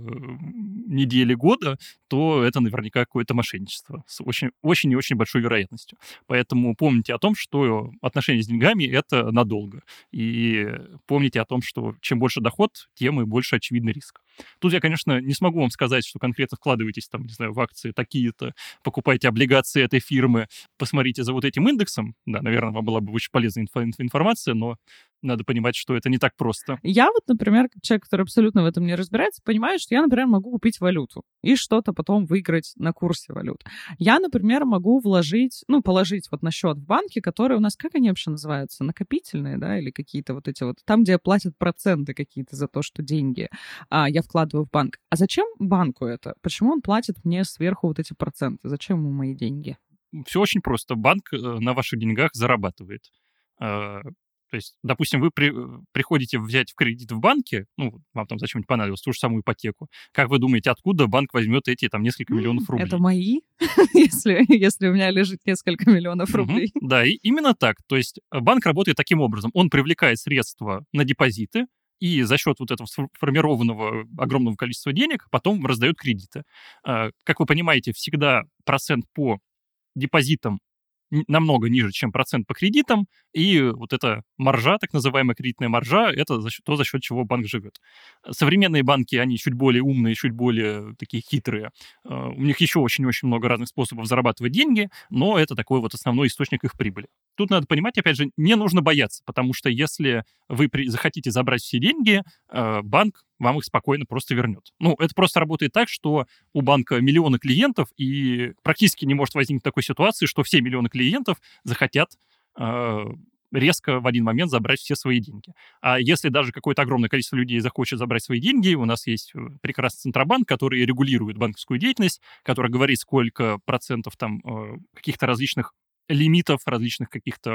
недели, года, то это наверняка какое-то мошенничество с очень, очень и очень большой вероятностью. Поэтому помните о том, что отношения с деньгами — это надолго. И помните о том, что чем больше доход, тем и больше очевидный риск. Тут я, конечно, не смогу вам сказать, что конкретно вкладываетесь там, не знаю, в акции такие-то, покупайте облигации этой фирмы, посмотрите за вот этим индексом. Да, наверное, вам была бы очень полезная инфо- информация, но надо понимать, что это не так просто. Я вот, например, как человек, который абсолютно в этом не разбирается, понимаю, что я, например, могу купить валюту и что-то потом выиграть на курсе валют. Я, например, могу вложить, ну, положить вот на счет в банке, которые у нас, как они вообще называются, накопительные, да, или какие-то вот эти вот, там, где платят проценты какие-то за то, что деньги а, я вкладываю в банк. А зачем банку это? Почему он платит мне сверху вот эти проценты? Зачем ему мои деньги? Все очень просто. Банк э, на ваших деньгах зарабатывает. Э, То есть, допустим, вы при, э, приходите взять в кредит в банке, ну, вам там зачем-нибудь понадобилось, ту же самую ипотеку. Как вы думаете, откуда банк возьмет эти там несколько миллионов рублей? Это мои, если, если у меня лежит несколько миллионов Мгм. рублей. Да, и именно так. То есть э, банк работает таким образом. Он привлекает средства на депозиты, и за счет вот этого сформированного огромного количества денег потом раздает кредиты. Э, Как вы понимаете, всегда процент по депозитам н- намного ниже, чем процент по кредитам, и вот эта маржа, так называемая кредитная маржа, это за счет, то, за счет чего банк живет. Современные банки, они чуть более умные, чуть более такие хитрые. Э, У них еще очень-очень много разных способов зарабатывать деньги, но это такой вот основной источник их прибыли. Тут надо понимать, опять же, не нужно бояться, потому что если вы при- захотите забрать все деньги, э, банк вам их спокойно просто вернет. Ну, это просто работает так, что у банка миллионы клиентов, и практически не может возникнуть такой ситуации, что все миллионы клиентов захотят э, резко в один момент забрать все свои деньги. А если даже какое-то огромное количество людей захочет забрать свои деньги, у нас есть э, прекрасный Центробанк, который регулирует банковскую деятельность, который говорит, сколько процентов там э, каких-то различных лимитов, различных каких-то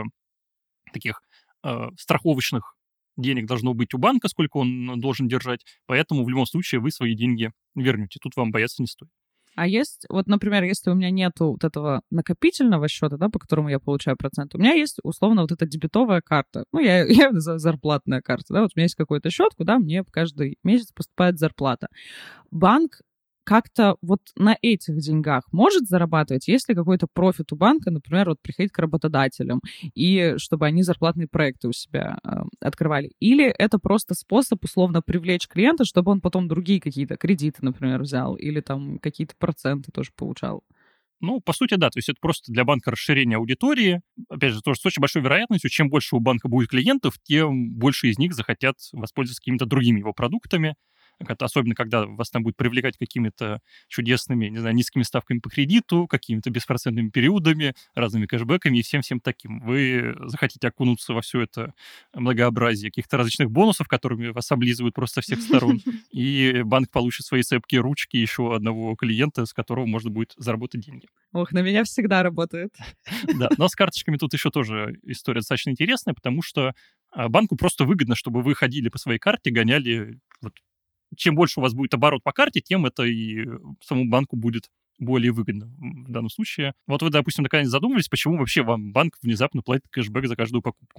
таких э, страховочных денег должно быть у банка, сколько он должен держать. Поэтому в любом случае вы свои деньги вернете. Тут вам бояться не стоит. А есть, вот, например, если у меня нету вот этого накопительного счета, да, по которому я получаю проценты, у меня есть, условно, вот эта дебетовая карта. Ну, я, я за- зарплатная карта, да, вот у меня есть какой-то счет, куда мне каждый месяц поступает зарплата. Банк как-то вот на этих деньгах может зарабатывать, если какой-то профит у банка, например, вот приходить к работодателям, и чтобы они зарплатные проекты у себя э, открывали. Или это просто способ условно привлечь клиента, чтобы он потом другие какие-то кредиты, например, взял, или там какие-то проценты тоже получал. Ну, по сути, да, то есть это просто для банка расширение аудитории. Опять же, тоже с очень большой вероятностью, чем больше у банка будет клиентов, тем больше из них захотят воспользоваться какими-то другими его продуктами. Это особенно, когда вас там будет привлекать какими-то чудесными, не знаю, низкими ставками по кредиту, какими-то беспроцентными периодами, разными кэшбэками и всем-всем таким. Вы захотите окунуться во все это многообразие каких-то различных бонусов, которыми вас облизывают просто со всех сторон, и банк получит свои цепкие ручки еще одного клиента, с которого можно будет заработать деньги. Ох, на меня всегда работает. Да, но с карточками тут еще тоже история достаточно интересная, потому что а, банку просто выгодно, чтобы вы ходили по своей карте, гоняли. Вот, чем больше у вас будет оборот по карте, тем это и самому банку будет более выгодно в данном случае. Вот вы, допустим, наконец задумались, почему вообще вам банк внезапно платит кэшбэк за каждую покупку?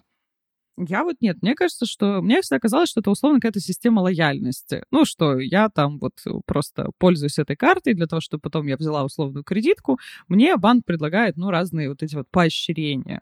Я вот нет, мне кажется, что... Мне всегда казалось, что это условно какая-то система лояльности. Ну, что я там вот просто пользуюсь этой картой для того, чтобы потом я взяла условную кредитку. Мне банк предлагает, ну, разные вот эти вот поощрения,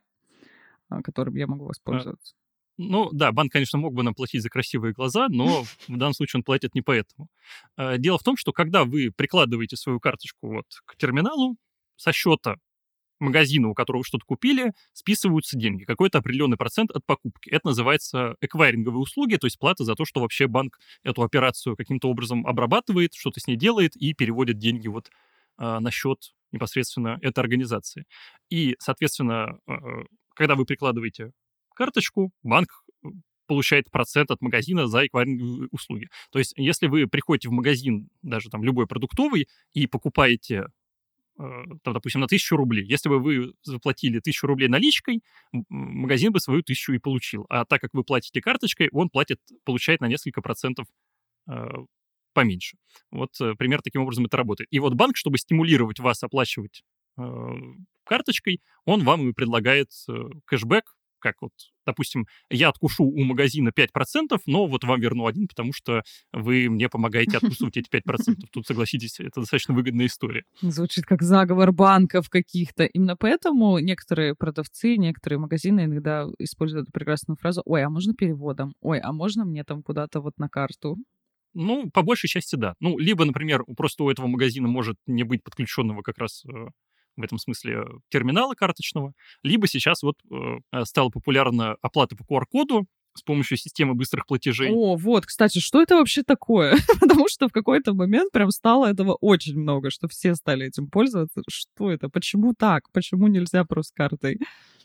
а, которыми я могу А, воспользоваться. Ну да, банк, конечно, мог бы нам платить за красивые глаза, но в данном случае он платит не поэтому. А, Дело в том, что когда вы прикладываете свою карточку вот к терминалу, со счета магазина, у которого вы что-то купили, списываются деньги, какой-то определенный процент от покупки. Это называется эквайринговые услуги, то есть плата за то, что вообще банк эту операцию каким-то образом обрабатывает, что-то с ней делает и переводит деньги вот а, на счет непосредственно этой организации. И, соответственно, э, когда вы прикладываете карточку, банк э, получает процент от магазина за эквайринговые услуги. То есть, если вы приходите в магазин, даже там любой продуктовый, и покупаете э, там, допустим, на тысячу рублей. Если бы вы заплатили тысячу рублей наличкой, м, магазин бы свою тысячу и получил. А так как вы платите карточкой, он платит, получает на несколько процентов э, поменьше. Вот э, пример таким образом это работает. И вот банк, чтобы стимулировать вас оплачивать э, карточкой, он вам и предлагает э, кэшбэк как вот, допустим, я откушу у магазина пять процентов, но вот вам верну один, потому что вы мне помогаете откусывать эти пять процентов. Тут, согласитесь, это достаточно выгодная история. Звучит как заговор банков каких-то. Именно поэтому некоторые продавцы, некоторые магазины иногда используют эту прекрасную фразу: «Ой, а можно переводом? Ой, а можно мне там куда-то вот на карту?» Ну, по большей части, да. Ну, либо, например, просто у этого магазина может не быть подключенного как раз э, в этом смысле э, терминала карточного, либо сейчас вот э, стала популярна оплата по ку ар-коду с помощью системы быстрых платежей. О, вот, кстати, что это вообще такое? Потому что в какой-то момент прям стало этого очень много, что все стали этим пользоваться. Что это? Почему так? Почему нельзя просто картой?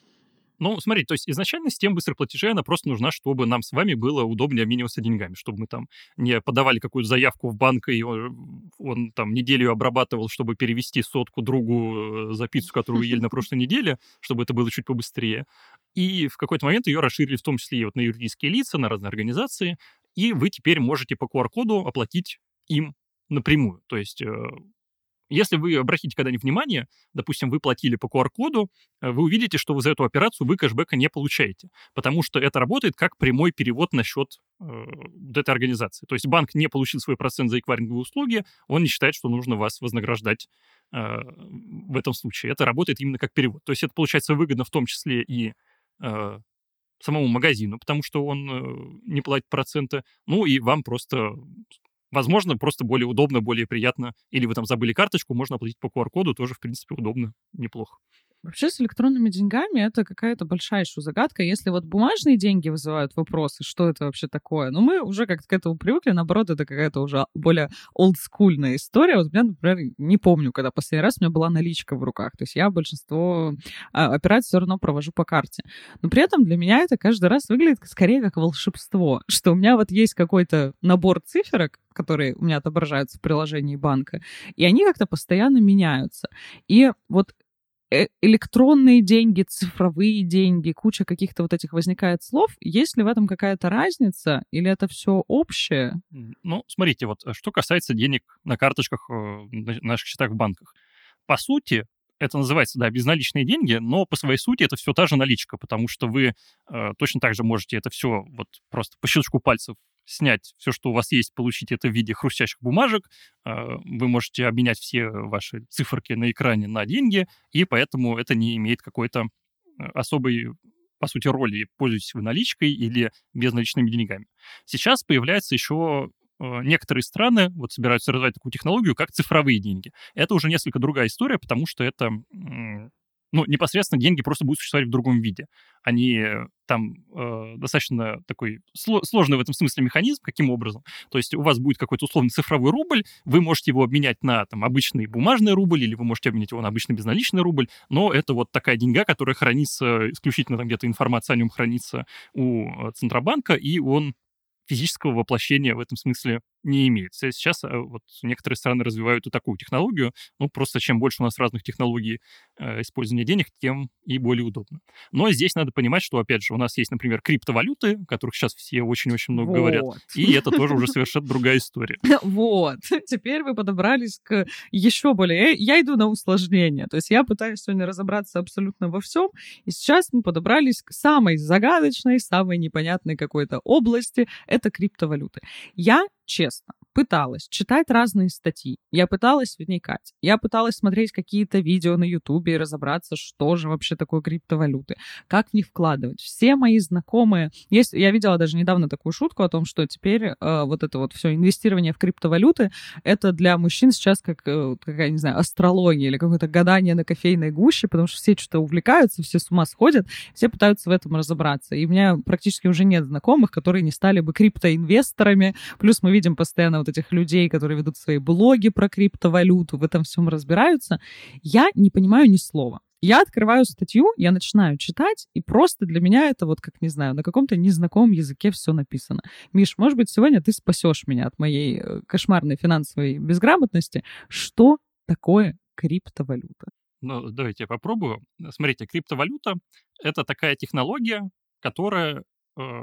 Ну, смотрите, то есть изначально система быстрых платежей, она просто нужна, чтобы нам с вами было удобнее обмениваться деньгами, чтобы мы там не подавали какую-то заявку в банк, и он, он там неделю ее обрабатывал, чтобы перевести сотку другу за пиццу, которую вы ели на прошлой неделе, чтобы это было чуть побыстрее. И в какой-то момент ее расширили в том числе и вот на юридические лица, на разные организации, и вы теперь можете по ку ар-коду оплатить им напрямую. То есть э, если вы обратите когда-нибудь внимание, допустим, вы платили по ку ар-коду, э, вы увидите, что вы за эту операцию вы кэшбэка не получаете, потому что это работает как прямой перевод на счет э, вот этой организации. То есть банк не получил свой процент за эквайринговые услуги, он не считает, что нужно вас вознаграждать э, в этом случае. Это работает именно как перевод. То есть это получается выгодно в том числе и э, самому магазину, потому что он э, не платит проценты, ну и вам просто... Возможно, просто более удобно, более приятно. Или вы там забыли карточку, можно оплатить по ку ар-коду, тоже, в принципе, удобно, неплохо. Вообще с электронными деньгами это какая-то большайшая загадка. Если вот бумажные деньги вызывают вопросы, что это вообще такое, ну мы уже как-то к этому привыкли, наоборот, это какая-то уже более олдскульная история. Вот я, например, не помню, когда последний раз у меня была наличка в руках. То есть я большинство а, операций все равно провожу по карте. Но при этом для меня это каждый раз выглядит скорее как волшебство, что у меня вот есть какой-то набор циферок, которые у меня отображаются в приложении банка, и они как-то постоянно меняются. И вот электронные деньги, цифровые деньги, куча каких-то вот этих возникает слов. Есть ли в этом какая-то разница или это все общее? Ну, смотрите, вот что касается денег на карточках, на наших счетах в банках. По сути, это называется, да, безналичные деньги, но по своей сути это все та же наличка, потому что вы э, точно так же можете это все вот просто по щелчку пальцев снять все, что у вас есть, получить это в виде хрустящих бумажек, вы можете обменять все ваши циферки на экране на деньги, и поэтому это не имеет какой-то особой, по сути, роли, пользуетесь вы наличкой или безналичными деньгами. Сейчас появляется еще некоторые страны вот собираются развивать такую технологию, как цифровые деньги. Это уже несколько другая история, потому что это... Ну, непосредственно деньги просто будут существовать в другом виде. Они там э, достаточно такой сло- сложный в этом смысле механизм, каким образом. То есть у вас будет какой-то условный цифровой рубль, вы можете его обменять на там, обычный бумажный рубль, или вы можете обменять его на обычный безналичный рубль, но это вот такая деньга, которая хранится, исключительно там где-то информация о нем хранится у Центробанка, и он физического воплощения в этом смысле не имеет. Сейчас вот некоторые страны развивают и такую технологию, ну, просто чем больше у нас разных технологий э, использования денег, тем и более удобно. Но здесь надо понимать, что, опять же, у нас есть, например, криптовалюты, о которых сейчас все очень-очень много вот. говорят, и это тоже уже совершенно другая история. Вот. Теперь вы подобрались к еще более... Я иду на усложнение. То есть я пытаюсь сегодня разобраться абсолютно во всем, и сейчас мы подобрались к самой загадочной, самой непонятной какой-то области. Это криптовалюты. Я честно, пыталась читать разные статьи, я пыталась вникать, я пыталась смотреть какие-то видео на Ютубе и разобраться, что же вообще такое криптовалюты, как в них вкладывать. Все мои знакомые... Есть, я видела даже недавно такую шутку о том, что теперь э, вот это вот все инвестирование в криптовалюты, это для мужчин сейчас как, э, какая, не знаю, астрология или какое-то гадание на кофейной гуще, потому что все что-то увлекаются, все с ума сходят, все пытаются в этом разобраться. И у меня практически уже нет знакомых, которые не стали бы криптоинвесторами. Плюс мы видим постоянно вот этих людей, которые ведут свои блоги про криптовалюту, в этом всем разбираются. Я не понимаю ни слова. Я открываю статью, я начинаю читать, и просто для меня это вот, как, не знаю, на каком-то незнакомом языке все написано. Миш, может быть, сегодня ты спасешь меня от моей кошмарной финансовой безграмотности. Что такое криптовалюта? Ну, давайте я попробую. Смотрите, криптовалюта — это такая технология, которая, э,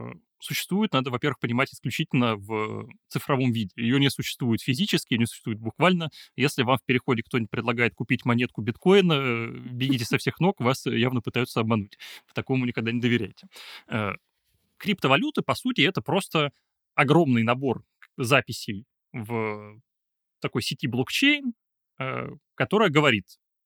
существует, надо, во-первых, понимать исключительно в цифровом виде. Ее не существует физически, ее не существует буквально. Если вам в переходе кто-нибудь предлагает купить монетку биткоина, э, бегите со всех ног, вас явно пытаются обмануть. Такому никогда не доверяйте. Э, Криптовалюты, по сути, это просто огромный набор записей в такой сети блокчейн, э, которая говорит,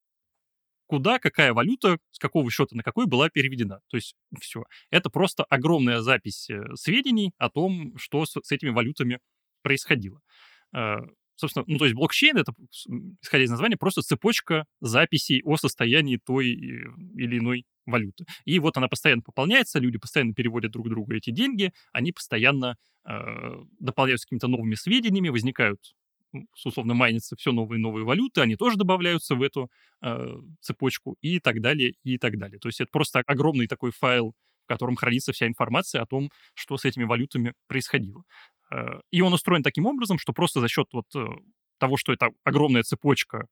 куда какая валюта, с какого счета на какой была переведена. То есть все. Это просто огромная запись э, сведений о том, что с, с этими валютами происходило. Э, Собственно, ну, то есть блокчейн — это, с- м, исходя из названия, просто цепочка записей о состоянии той э, или иной валюты. И вот она постоянно пополняется, люди постоянно переводят друг другу эти деньги, они постоянно э, дополняются какими-то новыми сведениями, возникают, м, условно, майнятся все новые и новые валюты, они тоже добавляются в эту э, цепочку и так далее, и так далее. То есть это просто огромный такой файл, в котором хранится вся информация о том, что с этими валютами происходило. Э, И он устроен таким образом, что просто за счет вот э, того, что это огромная цепочка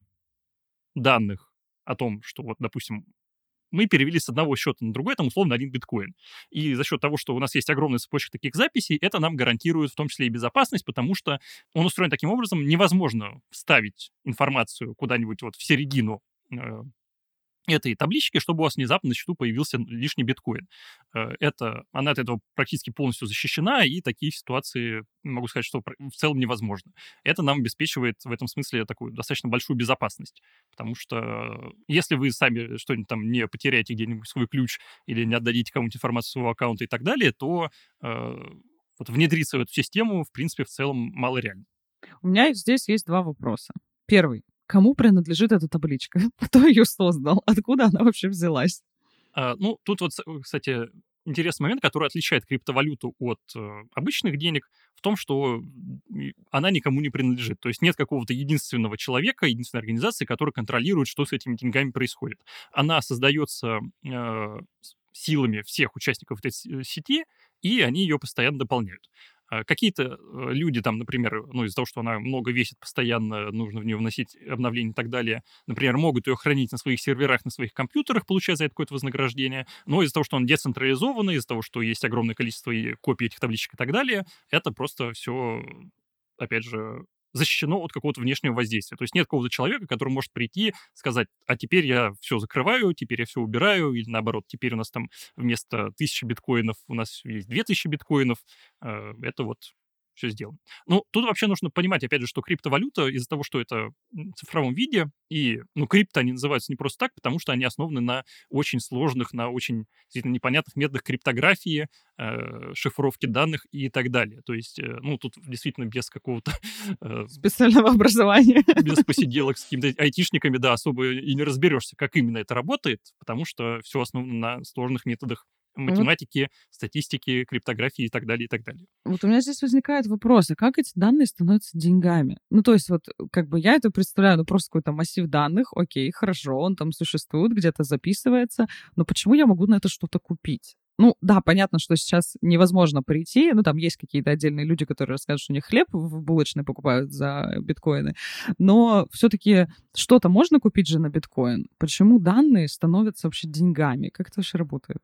данных о том, что вот, допустим, мы перевели с одного счета на другой, там, условно, один биткоин. И за счет того, что у нас есть огромная цепочка таких записей, это нам гарантирует в том числе и безопасность, потому что он устроен таким образом, невозможно вставить информацию куда-нибудь вот в середину э, этой таблички, чтобы у вас внезапно на счету появился лишний биткоин. Э, Это, она от этого практически полностью защищена, и такие ситуации, могу сказать, что пр- в целом невозможно. Это нам обеспечивает в этом смысле такую достаточно большую безопасность, потому что если вы сами что-нибудь там не потеряете где-нибудь свой ключ или не отдадите кому-нибудь информацию своего аккаунта и так далее, то э, вот внедриться в эту систему, в принципе, в целом малореально. У меня здесь есть два вопроса. Первый. Кому принадлежит эта табличка? Кто ее создал? Откуда она вообще взялась? А, ну, тут вот, с- э, кстати, интересный момент, который отличает криптовалюту от э, обычных денег, в том, что м, и она никому не принадлежит. То есть нет какого-то единственного человека, единственной организации, которая контролирует, что с этими деньгами происходит. Она создается э, с- силами всех участников этой с- э, сети, и они ее постоянно дополняют. А Какие-то э, люди там, например, ну, из-за того, что она много весит постоянно, нужно в нее вносить обновления и так далее, например, могут ее хранить на своих серверах, на своих компьютерах, получая за это какое-то вознаграждение, но из-за того, что он децентрализованный, из-за того, что есть огромное количество и копий этих табличек и так далее, это просто все, опять же, защищено от какого-то внешнего воздействия. То есть нет какого-то человека, который может прийти, сказать, а теперь я все закрываю, теперь я все убираю, или наоборот, теперь у нас там вместо тысячи биткоинов у нас есть две тысячи биткоинов. Э, Это вот все сделано. Ну, тут вообще нужно понимать, опять же, что криптовалюта из-за того, что это м, в цифровом виде, и, ну, крипто они называются не просто так, потому что они основаны на очень сложных, на очень действительно непонятных методах криптографии, э, шифровки данных и так далее. То есть, э, ну, тут действительно без какого-то, э, Специального образования. без посиделок с какими-то айтишниками, да, особо и не разберешься, как именно это работает, потому что все основано на сложных методах Вот, математики, статистики, криптографии и так далее, и так далее. вот у меня здесь возникает вопрос, а как эти данные становятся деньгами? Ну, то есть вот как бы я это представляю, ну, просто какой-то массив данных, окей, хорошо, он там существует, где-то записывается, но почему я могу на это что-то купить? Ну, да, понятно, что сейчас невозможно прийти, ну, там есть какие-то отдельные люди, которые расскажут, что у них хлеб в булочной покупают за биткоины, но все-таки что-то можно купить же на биткоин. Почему данные становятся вообще деньгами? Как это вообще работает?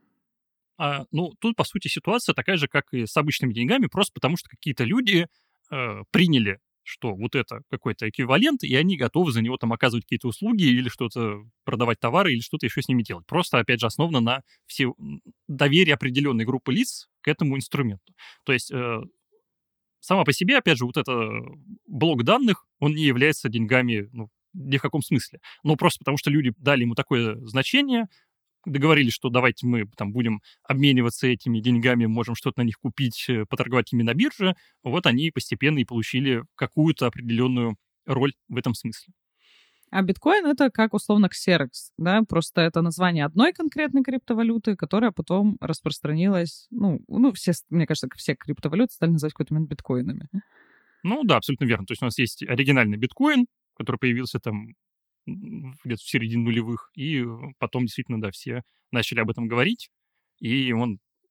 А, ну, тут, по сути, ситуация такая же, как и с обычными деньгами, просто потому что какие-то люди э, приняли, что вот это какой-то эквивалент, и они готовы за него там оказывать какие-то услуги или что-то продавать товары или что-то еще с ними делать. Просто, опять же, основано на все м, доверии определенной группы лиц к этому инструменту. То есть э, сама по себе, опять же, вот это блок данных, он не является деньгами, ну, ни в каком смысле. Но просто потому, что люди дали ему такое значение, договорились, что давайте мы там будем обмениваться этими деньгами, можем что-то на них купить, э, поторговать ими на бирже, вот они постепенно и получили какую-то определенную роль в этом смысле. А биткоин — это как условно ксерокс, да, просто это название одной конкретной криптовалюты, которая потом распространилась, ну, ну все, с- мне кажется, все криптовалюты стали называть в какой-то момент биткоинами. Ну да, абсолютно верно. То есть у нас есть оригинальный биткоин, который появился там м, где-то в середине нулевых, и э, потом действительно, да, все начали об этом говорить, и он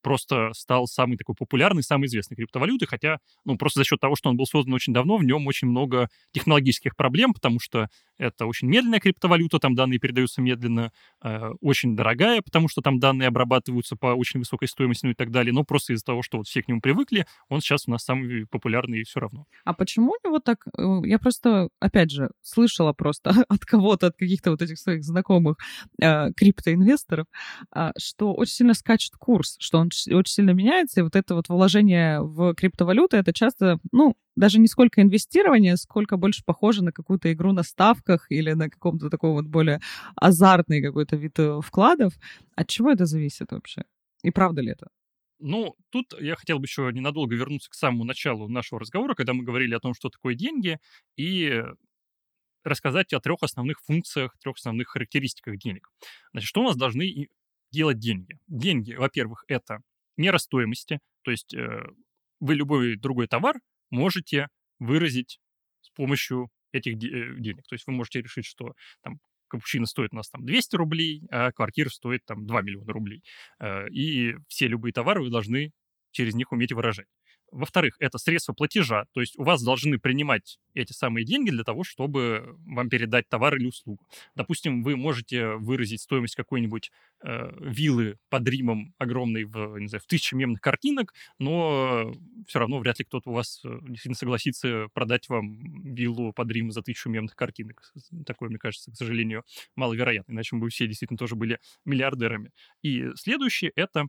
просто стал самый такой популярный, самый известный криптовалютой, хотя, ну, просто за счет того, что он был создан очень давно, в нем очень много технологических проблем, потому что это очень медленная криптовалюта, там данные передаются медленно, э, очень дорогая, потому что там данные обрабатываются по очень высокой стоимости, ну и так далее, но просто из-за того, что вот все к нему привыкли, он сейчас у нас самый популярный все равно. А почему у него так... э, Я просто, опять же, слышала просто от кого-то, от каких-то вот этих своих знакомых э, криптоинвесторов, э, что очень сильно скачет курс, что он ч- очень сильно меняется, и вот это вот вложение в криптовалюты, это часто, ну, даже не сколько инвестирование, сколько больше похоже на какую-то игру на ставках или на каком-то такой вот более азартный какой-то вид э, вкладов. От чего это зависит вообще? И правда ли это? Ну, тут я хотел бы еще ненадолго вернуться к самому началу нашего разговора, когда мы говорили о том, что такое деньги, и рассказать о трех основных функциях, трех основных характеристиках денег. Значит, что у нас должны и делать деньги? Деньги, во-первых, это мера стоимости, то есть э, вы любой другой товар можете выразить с помощью этих де- э, денег. То есть вы можете решить, что там капучино стоит у нас там двести рублей, а квартира стоит там два миллиона рублей. Э, И все любые товары вы должны через них уметь выражать. Во-вторых, это средства платежа, то есть у вас должны принимать эти самые деньги для того, чтобы вам передать товар или услугу. Допустим, вы можете выразить стоимость какой-нибудь э, виллы под Римом огромной в, не знаю, в тысячи мемных картинок, но все равно вряд ли кто-то у вас э, действительно согласится продать вам виллу под Рим за тысячу мемных картинок. Такое, мне кажется, к сожалению, маловероятно, иначе мы бы все действительно тоже были миллиардерами. И следующее — это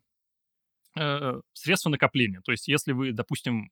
э, средства накопления. То есть если вы, допустим,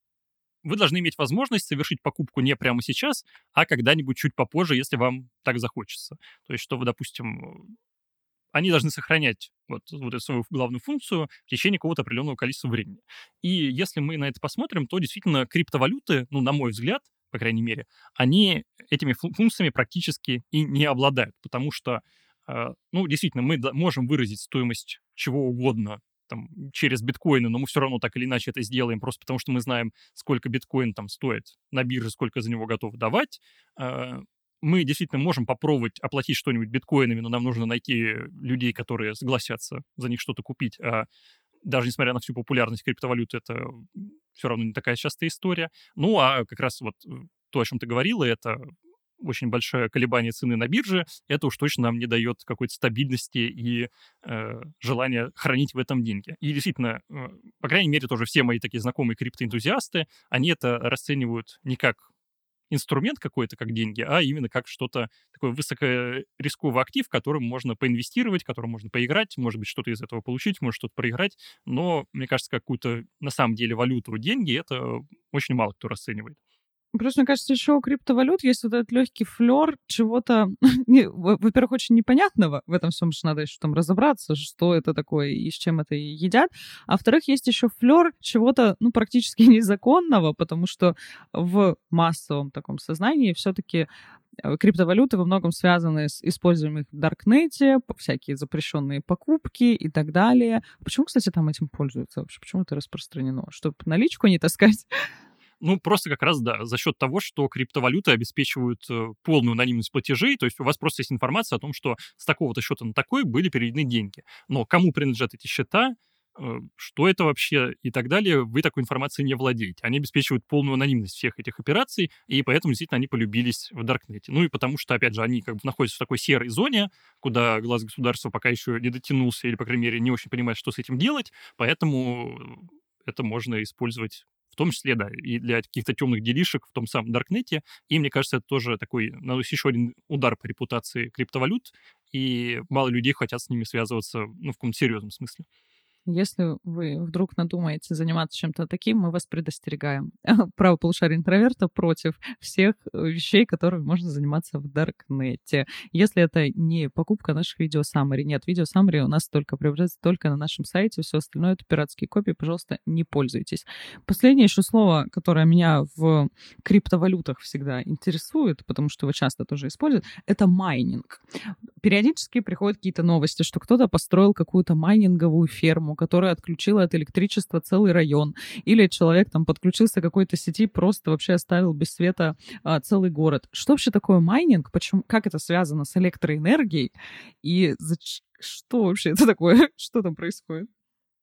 вы должны иметь возможность совершить покупку не прямо сейчас, а когда-нибудь чуть попозже, если вам так захочется. То есть что вы, допустим, они должны сохранять вот, вот эту свою главную функцию в течение какого-то определенного количества времени. И если мы на это посмотрим, то действительно криптовалюты, ну, на мой взгляд, по крайней мере, они этими фу- функциями практически и не обладают, потому что, э, ну, действительно, мы да- можем выразить стоимость чего угодно там, через биткоины, но мы все равно так или иначе это сделаем, просто потому что мы знаем, сколько биткоин там стоит на бирже, сколько за него готовы давать. Э, мы действительно можем попробовать оплатить что-нибудь биткоинами, но нам нужно найти людей, которые согласятся за них что-то купить. А даже несмотря на всю популярность криптовалюты, это все равно не такая частая история. Ну, а как раз вот э, то, о чем ты говорила, это очень большое колебание цены на бирже, это уж точно нам не дает какой-то стабильности и э, желания хранить в этом деньги. И действительно, э, по крайней мере, тоже все мои такие знакомые криптоэнтузиасты, они это расценивают не как инструмент какой-то, как деньги, а именно как что-то такое высокорисковый актив, которым можно поинвестировать, которым можно поиграть, может быть, что-то из этого получить, может что-то проиграть, но, мне кажется, какую-то на самом деле валюту, деньги, это очень мало кто расценивает. Просто, мне кажется, еще у криптовалют есть вот этот легкий флер чего-то, не, во- во-первых, очень непонятного. В этом всем же надо еще там разобраться, что это такое и с чем это едят. А во-вторых, есть еще флер чего-то, ну, практически незаконного, потому что в массовом таком сознании все-таки криптовалюты во многом связаны с использованием их в Даркнете, по- всякие запрещенные покупки и так далее. Почему, кстати, там этим пользуются вообще? Почему это распространено? Чтобы наличку не таскать? Ну, просто как раз, да, за счет того, что криптовалюты обеспечивают э, полную анонимность платежей, то есть у вас просто есть информация о том, что с такого-то счета на такой были переведены деньги. Но кому принадлежат эти счета, э, что это вообще и так далее, вы такой информацией не владеете. Они обеспечивают полную анонимность всех этих операций, и поэтому действительно они полюбились в Даркнете. Ну и потому что, опять же, они как бы находятся в такой серой зоне, куда глаз государства пока еще не дотянулся, или, по крайней мере, не очень понимает, что с этим делать, поэтому это можно использовать в том числе, да, и для каких-то темных делишек в том самом Даркнете. И мне кажется, это тоже такой, наносит еще один удар по репутации криптовалют, и мало людей хотят с ними связываться, ну, в каком-то серьезном смысле. Если вы вдруг надумаете заниматься чем-то таким, мы вас предостерегаем. Право полушария интроверта против всех вещей, которыми можно заниматься в Даркнете. Если это не покупка наших видеосаммари. Нет, видеосаммари у нас только приобретается только на нашем сайте. Все остальное — это пиратские копии. Пожалуйста, не пользуйтесь. Последнее еще слово, которое меня в криптовалютах всегда интересует, потому что его часто тоже используют, это майнинг. Периодически приходят какие-то новости, что кто-то построил какую-то майнинговую ферму, которая отключила от электричества целый район, или человек там подключился к какой-то сети, просто вообще оставил без света а, целый город. Что вообще такое майнинг? Почему, как это связано с электроэнергией? И зач... что вообще это такое? Что там происходит?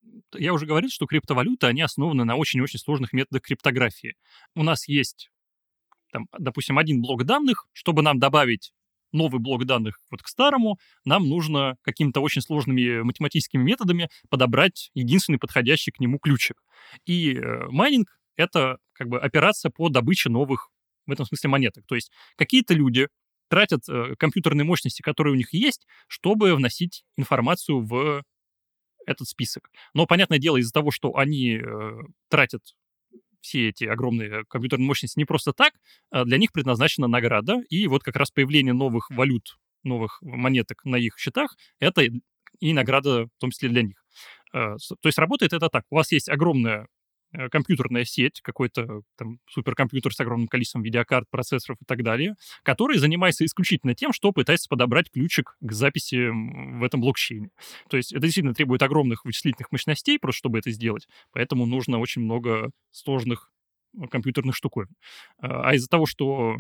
я уже говорил, что криптовалюты, они основаны на очень-очень сложных методах криптографии. У нас есть, там, допустим, один блок данных. Чтобы нам добавить новый блок данных вот к старому, нам нужно какими-то очень сложными математическими методами подобрать единственный подходящий к нему ключик. И э, майнинг — это как бы операция по добыче новых, в этом смысле, монеток. То есть какие-то люди тратят э, компьютерные мощности, которые у них есть, чтобы вносить информацию в этот список. Но, понятное дело, из-за того, что они э, тратят все эти огромные компьютерные мощности не просто так, а для них предназначена награда, и вот как раз появление новых валют, новых монеток на их счетах — это и награда в том числе для них. То есть работает это так. У вас есть огромная компьютерная сеть, какой-то там суперкомпьютер с огромным количеством видеокарт, процессоров и так далее, который занимается исключительно тем, что пытается подобрать ключик к записи в этом блокчейне. То есть это действительно требует огромных вычислительных мощностей, просто чтобы это сделать, поэтому нужно очень много сложных компьютерных штуковин. А из-за того, что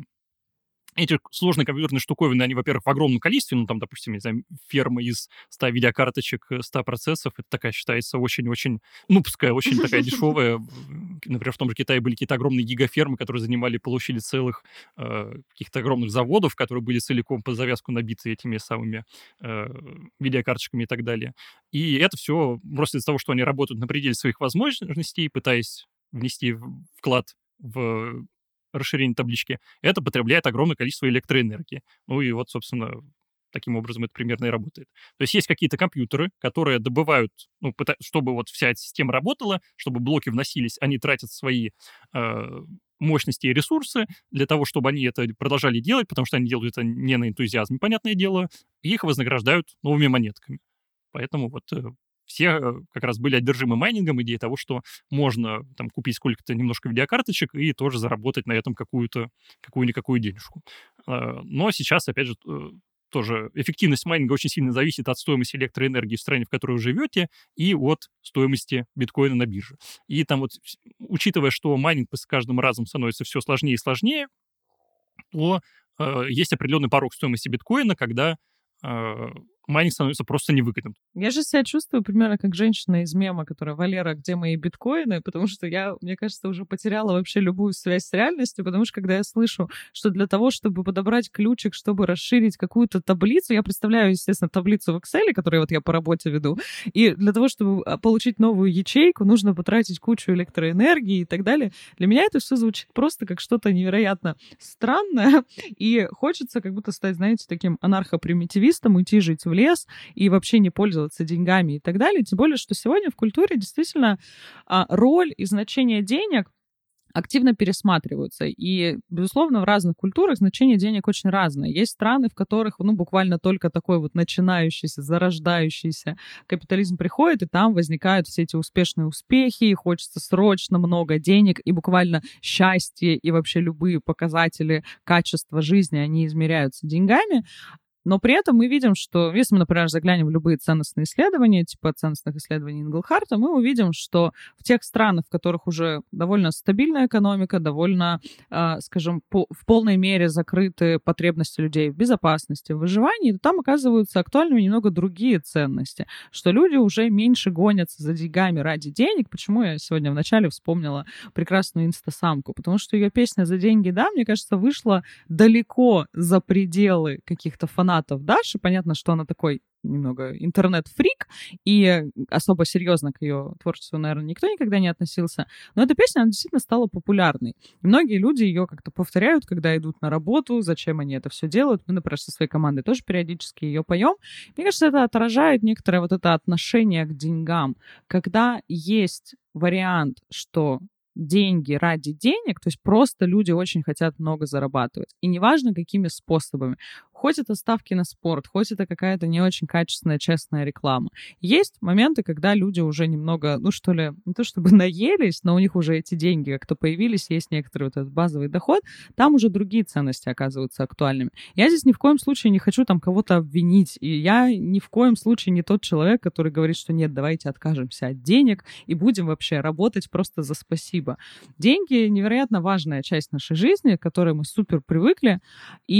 эти сложные компьютерные штуковины, они, во-первых, в огромном количестве, ну, там, допустим, не знаю, ферма из ста видеокарточек, ста процессов, это такая считается очень-очень нубская, очень такая дешевая. Например, в том же Китае были какие-то огромные гигафермы, которые занимали, получили целых э, каких-то огромных заводов, которые были целиком под завязку набиты этими самыми э, видеокарточками и так далее. И это все просто из-за того, что они работают на пределе своих возможностей, пытаясь внести вклад в расширение таблички, это потребляет огромное количество электроэнергии. Ну и вот, собственно, таким образом это примерно и работает. То есть есть какие-то компьютеры, которые добывают, ну, чтобы вот вся эта система работала, чтобы блоки вносились, они тратят свои э, мощности и ресурсы для того, чтобы они это продолжали делать, потому что они делают это не на энтузиазме, понятное дело, и их вознаграждают новыми монетками. Поэтому вот э, все как раз были одержимы майнингом, идеей того, что можно там купить сколько-то немножко видеокарточек и тоже заработать на этом какую-то, какую-никакую денежку. Но сейчас, опять же, тоже эффективность майнинга очень сильно зависит от стоимости электроэнергии в стране, в которой вы живете, и от стоимости биткоина на бирже. И там вот, учитывая, что майнинг с каждым разом становится все сложнее и сложнее, то э, есть определенный порог стоимости биткоина, когда э, майнинг становится просто невыгодным. Я же себя чувствую примерно как женщина из мема, которая: «Валера, где мои биткоины?» Потому что я, мне кажется, уже потеряла вообще любую связь с реальностью, потому что когда я слышу, что для того, чтобы подобрать ключик, чтобы расширить какую-то таблицу, я представляю, естественно, таблицу в Excel, которую вот я по работе веду, и для того, чтобы получить новую ячейку, нужно потратить кучу электроэнергии и так далее. Для меня это все звучит просто как что-то невероятно странное, и хочется как будто стать, знаете, таким анархопримитивистом, уйти жить в лес и вообще не пользоваться деньгами и так далее. Тем более, что сегодня в культуре действительно роль и значение денег активно пересматриваются. И, безусловно, в разных культурах значение денег очень разное. Есть страны, в которых, ну, буквально только такой вот начинающийся, зарождающийся капитализм приходит, и там возникают все эти успешные успехи, и хочется срочно много денег, и буквально счастье, и вообще любые показатели качества жизни, они измеряются деньгами. Но при этом мы видим, что если мы, например, заглянем в любые ценностные исследования, типа ценностных исследований Инглхарта, мы увидим, что в тех странах, в которых уже довольно стабильная экономика, довольно, э, скажем, по, в полной мере закрыты потребности людей в безопасности, в выживании, то там оказываются актуальными немного другие ценности, что люди уже меньше гонятся за деньгами ради денег. Почему я сегодня вначале вспомнила прекрасную инстасамку? Потому что ее песня «За деньги, да», мне кажется, вышла далеко за пределы каких-то фанатов Даши. Понятно, что она такой немного интернет-фрик, и особо серьезно к ее творчеству, наверное, никто никогда не относился. Но эта песня, она действительно стала популярной. И многие люди ее как-то повторяют, когда идут на работу, зачем они это все делают. Мы, например, со своей командой тоже периодически ее поем. Мне кажется, это отражает некоторое вот это отношение к деньгам. Когда есть вариант, что деньги ради денег, то есть просто люди очень хотят много зарабатывать. И неважно, какими способами. Хоть это ставки на спорт, хоть это какая-то не очень качественная, честная реклама. Есть моменты, когда люди уже немного, ну что ли, не то чтобы наелись, но у них уже эти деньги как-то появились, есть некоторый вот этот базовый доход, там уже другие ценности оказываются актуальными. Я здесь ни в коем случае не хочу там кого-то обвинить, и я ни в коем случае не тот человек, который говорит, что нет, давайте откажемся от денег и будем вообще работать просто за спасибо. Деньги — невероятно важная часть нашей жизни, к которой мы супер привыкли, и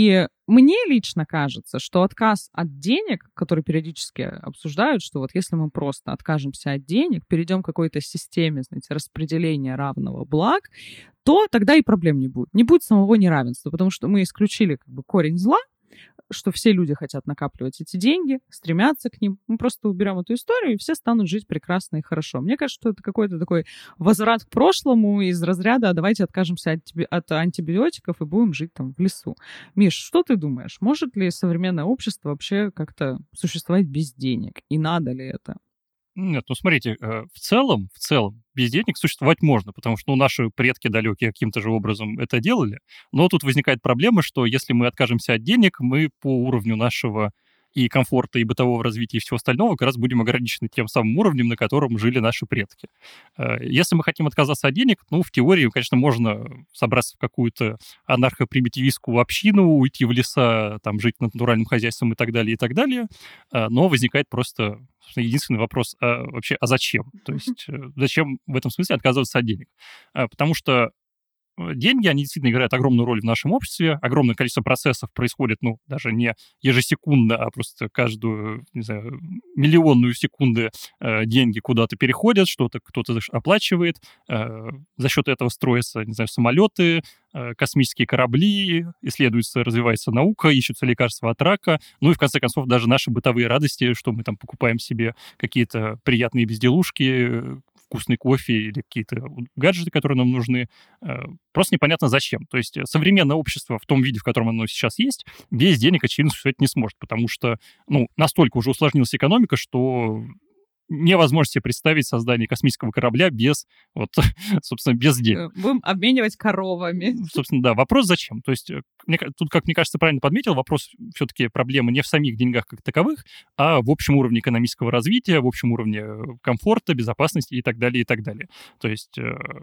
Мне лично кажется, что отказ от денег, который периодически обсуждают, что вот если мы просто откажемся от денег, перейдем к какой-то системе, знаете, распределения равного благ, то тогда и проблем не будет. Не будет самого неравенства, потому что мы исключили как бы корень зла, что все люди хотят накапливать эти деньги, стремятся к ним. Мы просто уберем эту историю, и все станут жить прекрасно и хорошо. Мне кажется, что это какой-то такой возврат к прошлому из разряда «а давайте откажемся от, тебе, от антибиотиков и будем жить там в лесу». Миш, что ты думаешь? Может ли современное общество вообще как-то существовать без денег? И надо ли это? Нет, ну смотрите, в целом, в целом, без денег существовать можно, потому что ну, наши предки далекие каким-то же образом это делали. Но тут возникает проблема, что если мы откажемся от денег, мы по уровню нашего и комфорта, и бытового развития, и всего остального как раз будем ограничены тем самым уровнем, на котором жили наши предки. Если мы хотим отказаться от денег, ну, в теории, конечно, можно собраться в какую-то анархо-примитивистскую общину, уйти в леса, там, жить над натуральным хозяйством и так далее, и так далее, но возникает просто единственный вопрос, а вообще, а зачем? То есть зачем в этом смысле отказываться от денег? Потому что деньги, они действительно играют огромную роль в нашем обществе, огромное количество процессов происходит, ну, даже не ежесекундно, а просто каждую, не знаю, миллионную секунды э, деньги куда-то переходят, что-то кто-то оплачивает, э, за счет этого строятся, не знаю, самолеты, э, космические корабли, исследуется, развивается наука, ищутся лекарства от рака, ну и, в конце концов, даже наши бытовые радости, что мы там покупаем себе какие-то приятные безделушки, вкусный кофе или какие-то гаджеты, которые нам нужны, просто непонятно зачем. То есть современное общество в том виде, в котором оно сейчас есть, без денег, очевидно, существовать не сможет, потому что, ну, настолько уже усложнилась экономика, что невозможно себе представить создание космического корабля без, вот, собственно, без денег. Будем обменивать коровами. Собственно, да. Вопрос зачем? То есть мне, тут, как мне кажется, правильно подметил, вопрос все-таки проблема не в самих деньгах как таковых, а в общем уровне экономического развития, в общем уровне комфорта, безопасности и так далее, и так далее. То есть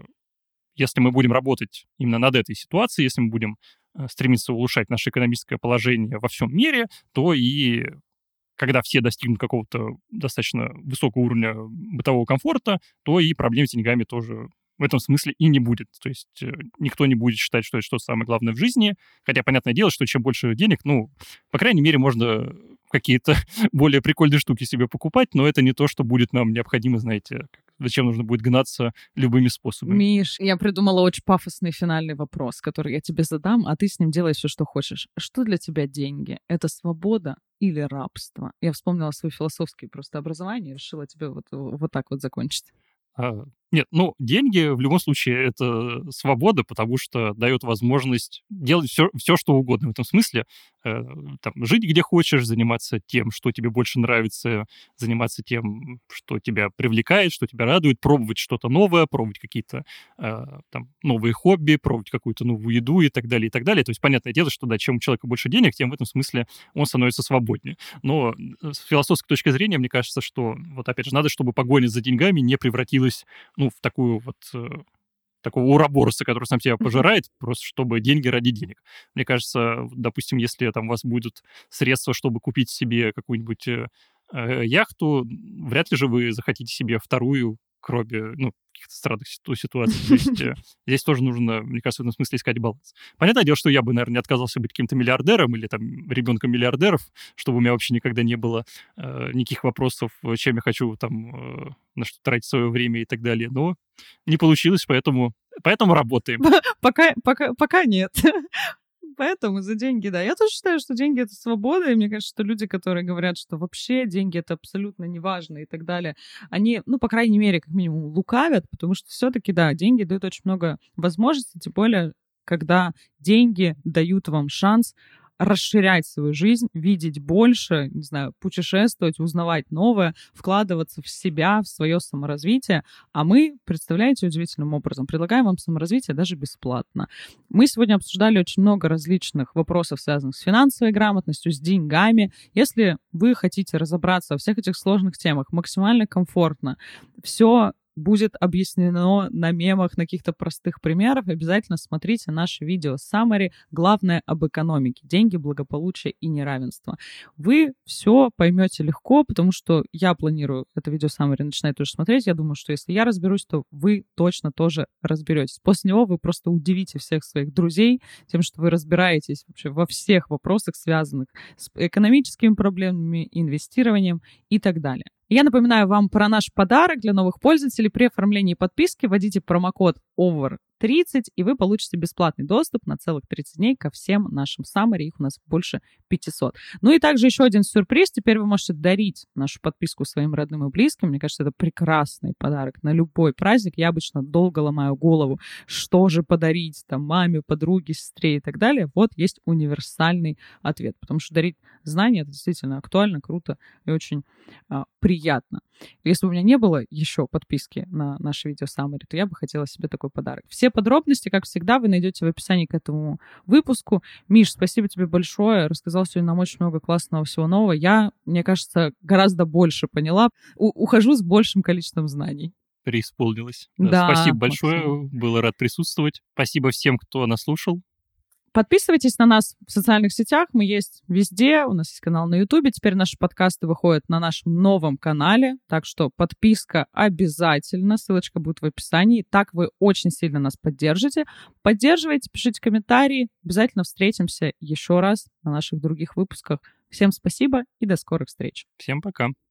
если мы будем работать именно над этой ситуацией, если мы будем стремиться улучшать наше экономическое положение во всем мире, то и когда все достигнут какого-то достаточно высокого уровня бытового комфорта, то и проблем с деньгами тоже в этом смысле и не будет. То есть э, никто не будет считать, что это что-то самое главное в жизни. Хотя, понятное дело, что чем больше денег, ну, по крайней мере, можно какие-то более прикольные штуки себе покупать, но это не то, что будет нам необходимо, знаете, зачем нужно будет гнаться любыми способами. Миш, я придумала очень пафосный финальный вопрос, который я тебе задам, а ты с ним делаешь все, что хочешь. Что для тебя деньги? Это свобода или рабство? Я вспомнила свои философские просто образования и решила тебе вот, вот так вот закончить. А, нет, ну, деньги в любом случае это свобода, потому что дает возможность делать все, все что угодно в этом смысле. Э, там, жить где хочешь, заниматься тем, что тебе больше нравится, заниматься тем, что тебя привлекает, что тебя радует, пробовать что-то новое, пробовать какие-то э, там, новые хобби, пробовать какую-то новую еду и так далее, и так далее. То есть, понятное дело, что да, чем у человека больше денег, тем в этом смысле он становится свободнее. Но с философской точки зрения, мне кажется, что, вот опять же, надо, чтобы погоня за деньгами не превратилась ну, в такую вот э, такого уробороса, который сам себя пожирает, просто чтобы деньги ради денег. Мне кажется, допустим, если там у вас будут средства, чтобы купить себе какую-нибудь э, э, яхту, вряд ли же вы захотите себе вторую, кроме, ну, каких-то странных ситуаций. То есть э, здесь тоже нужно, мне кажется, в этом смысле искать баланс. Понятное дело, что я бы, наверное, не отказался быть каким-то миллиардером или там ребенком миллиардеров, чтобы у меня вообще никогда не было э, никаких вопросов, чем я хочу там э, на что тратить свое время и так далее. Но не получилось, поэтому, поэтому работаем. Пока, пока, пока нет. Поэтому за деньги, да. Я тоже считаю, что деньги — это свобода, и мне кажется, что люди, которые говорят, что вообще деньги — это абсолютно неважно и так далее, они, ну, по крайней мере, как минимум, лукавят, потому что все-таки, да, деньги дают очень много возможностей, тем более, когда деньги дают вам шанс расширять свою жизнь, видеть больше, не знаю, путешествовать, узнавать новое, вкладываться в себя, в свое саморазвитие. А мы, представляете, удивительным образом, предлагаем вам саморазвитие даже бесплатно. Мы сегодня обсуждали очень много различных вопросов, связанных с финансовой грамотностью, с деньгами. Если вы хотите разобраться во всех этих сложных темах максимально комфортно, все будет объяснено на мемах, на каких-то простых примерах. Обязательно смотрите наше видео summary. Главное об экономике. Деньги, благополучие и неравенство. Вы все поймете легко, потому что я планирую это видео summary начинать тоже смотреть. Я думаю, что если я разберусь, то вы точно тоже разберетесь. После него вы просто удивите всех своих друзей тем, что вы разбираетесь вообще во всех вопросах, связанных с экономическими проблемами, инвестированием и так далее. Я напоминаю вам про наш подарок для новых пользователей. При оформлении подписки вводите промокод овер тридцать, и вы получите бесплатный доступ на целых тридцать дней ко всем нашим summary. Их у нас больше пятисот. Ну и также еще один сюрприз. Теперь вы можете дарить нашу подписку своим родным и близким. Мне кажется, это прекрасный подарок на любой праздник. Я обычно долго ломаю голову, что же подарить там маме, подруге, сестре и так далее. Вот есть универсальный ответ. Потому что дарить знания — это действительно актуально, круто и очень а, приятно. Если бы у меня не было еще подписки на наше видео summary, то я бы хотела себе такой подарок. Все подробности, как всегда, вы найдете в описании к этому выпуску. Миш, спасибо тебе большое. Рассказал сегодня нам очень много классного всего нового. Я, мне кажется, гораздо больше поняла. У- ухожу с большим количеством знаний. Преисполнилось. Да, Да, спасибо большое. Максим. Было рад присутствовать. Спасибо всем, кто нас слушал. Подписывайтесь на нас в социальных сетях, мы есть везде, у нас есть канал на Ютубе, теперь наши подкасты выходят на нашем новом канале, так что подписка обязательно, ссылочка будет в описании, так вы очень сильно нас поддержите. Поддерживайте, пишите комментарии, обязательно встретимся еще раз на наших других выпусках. Всем спасибо и до скорых встреч. Всем пока.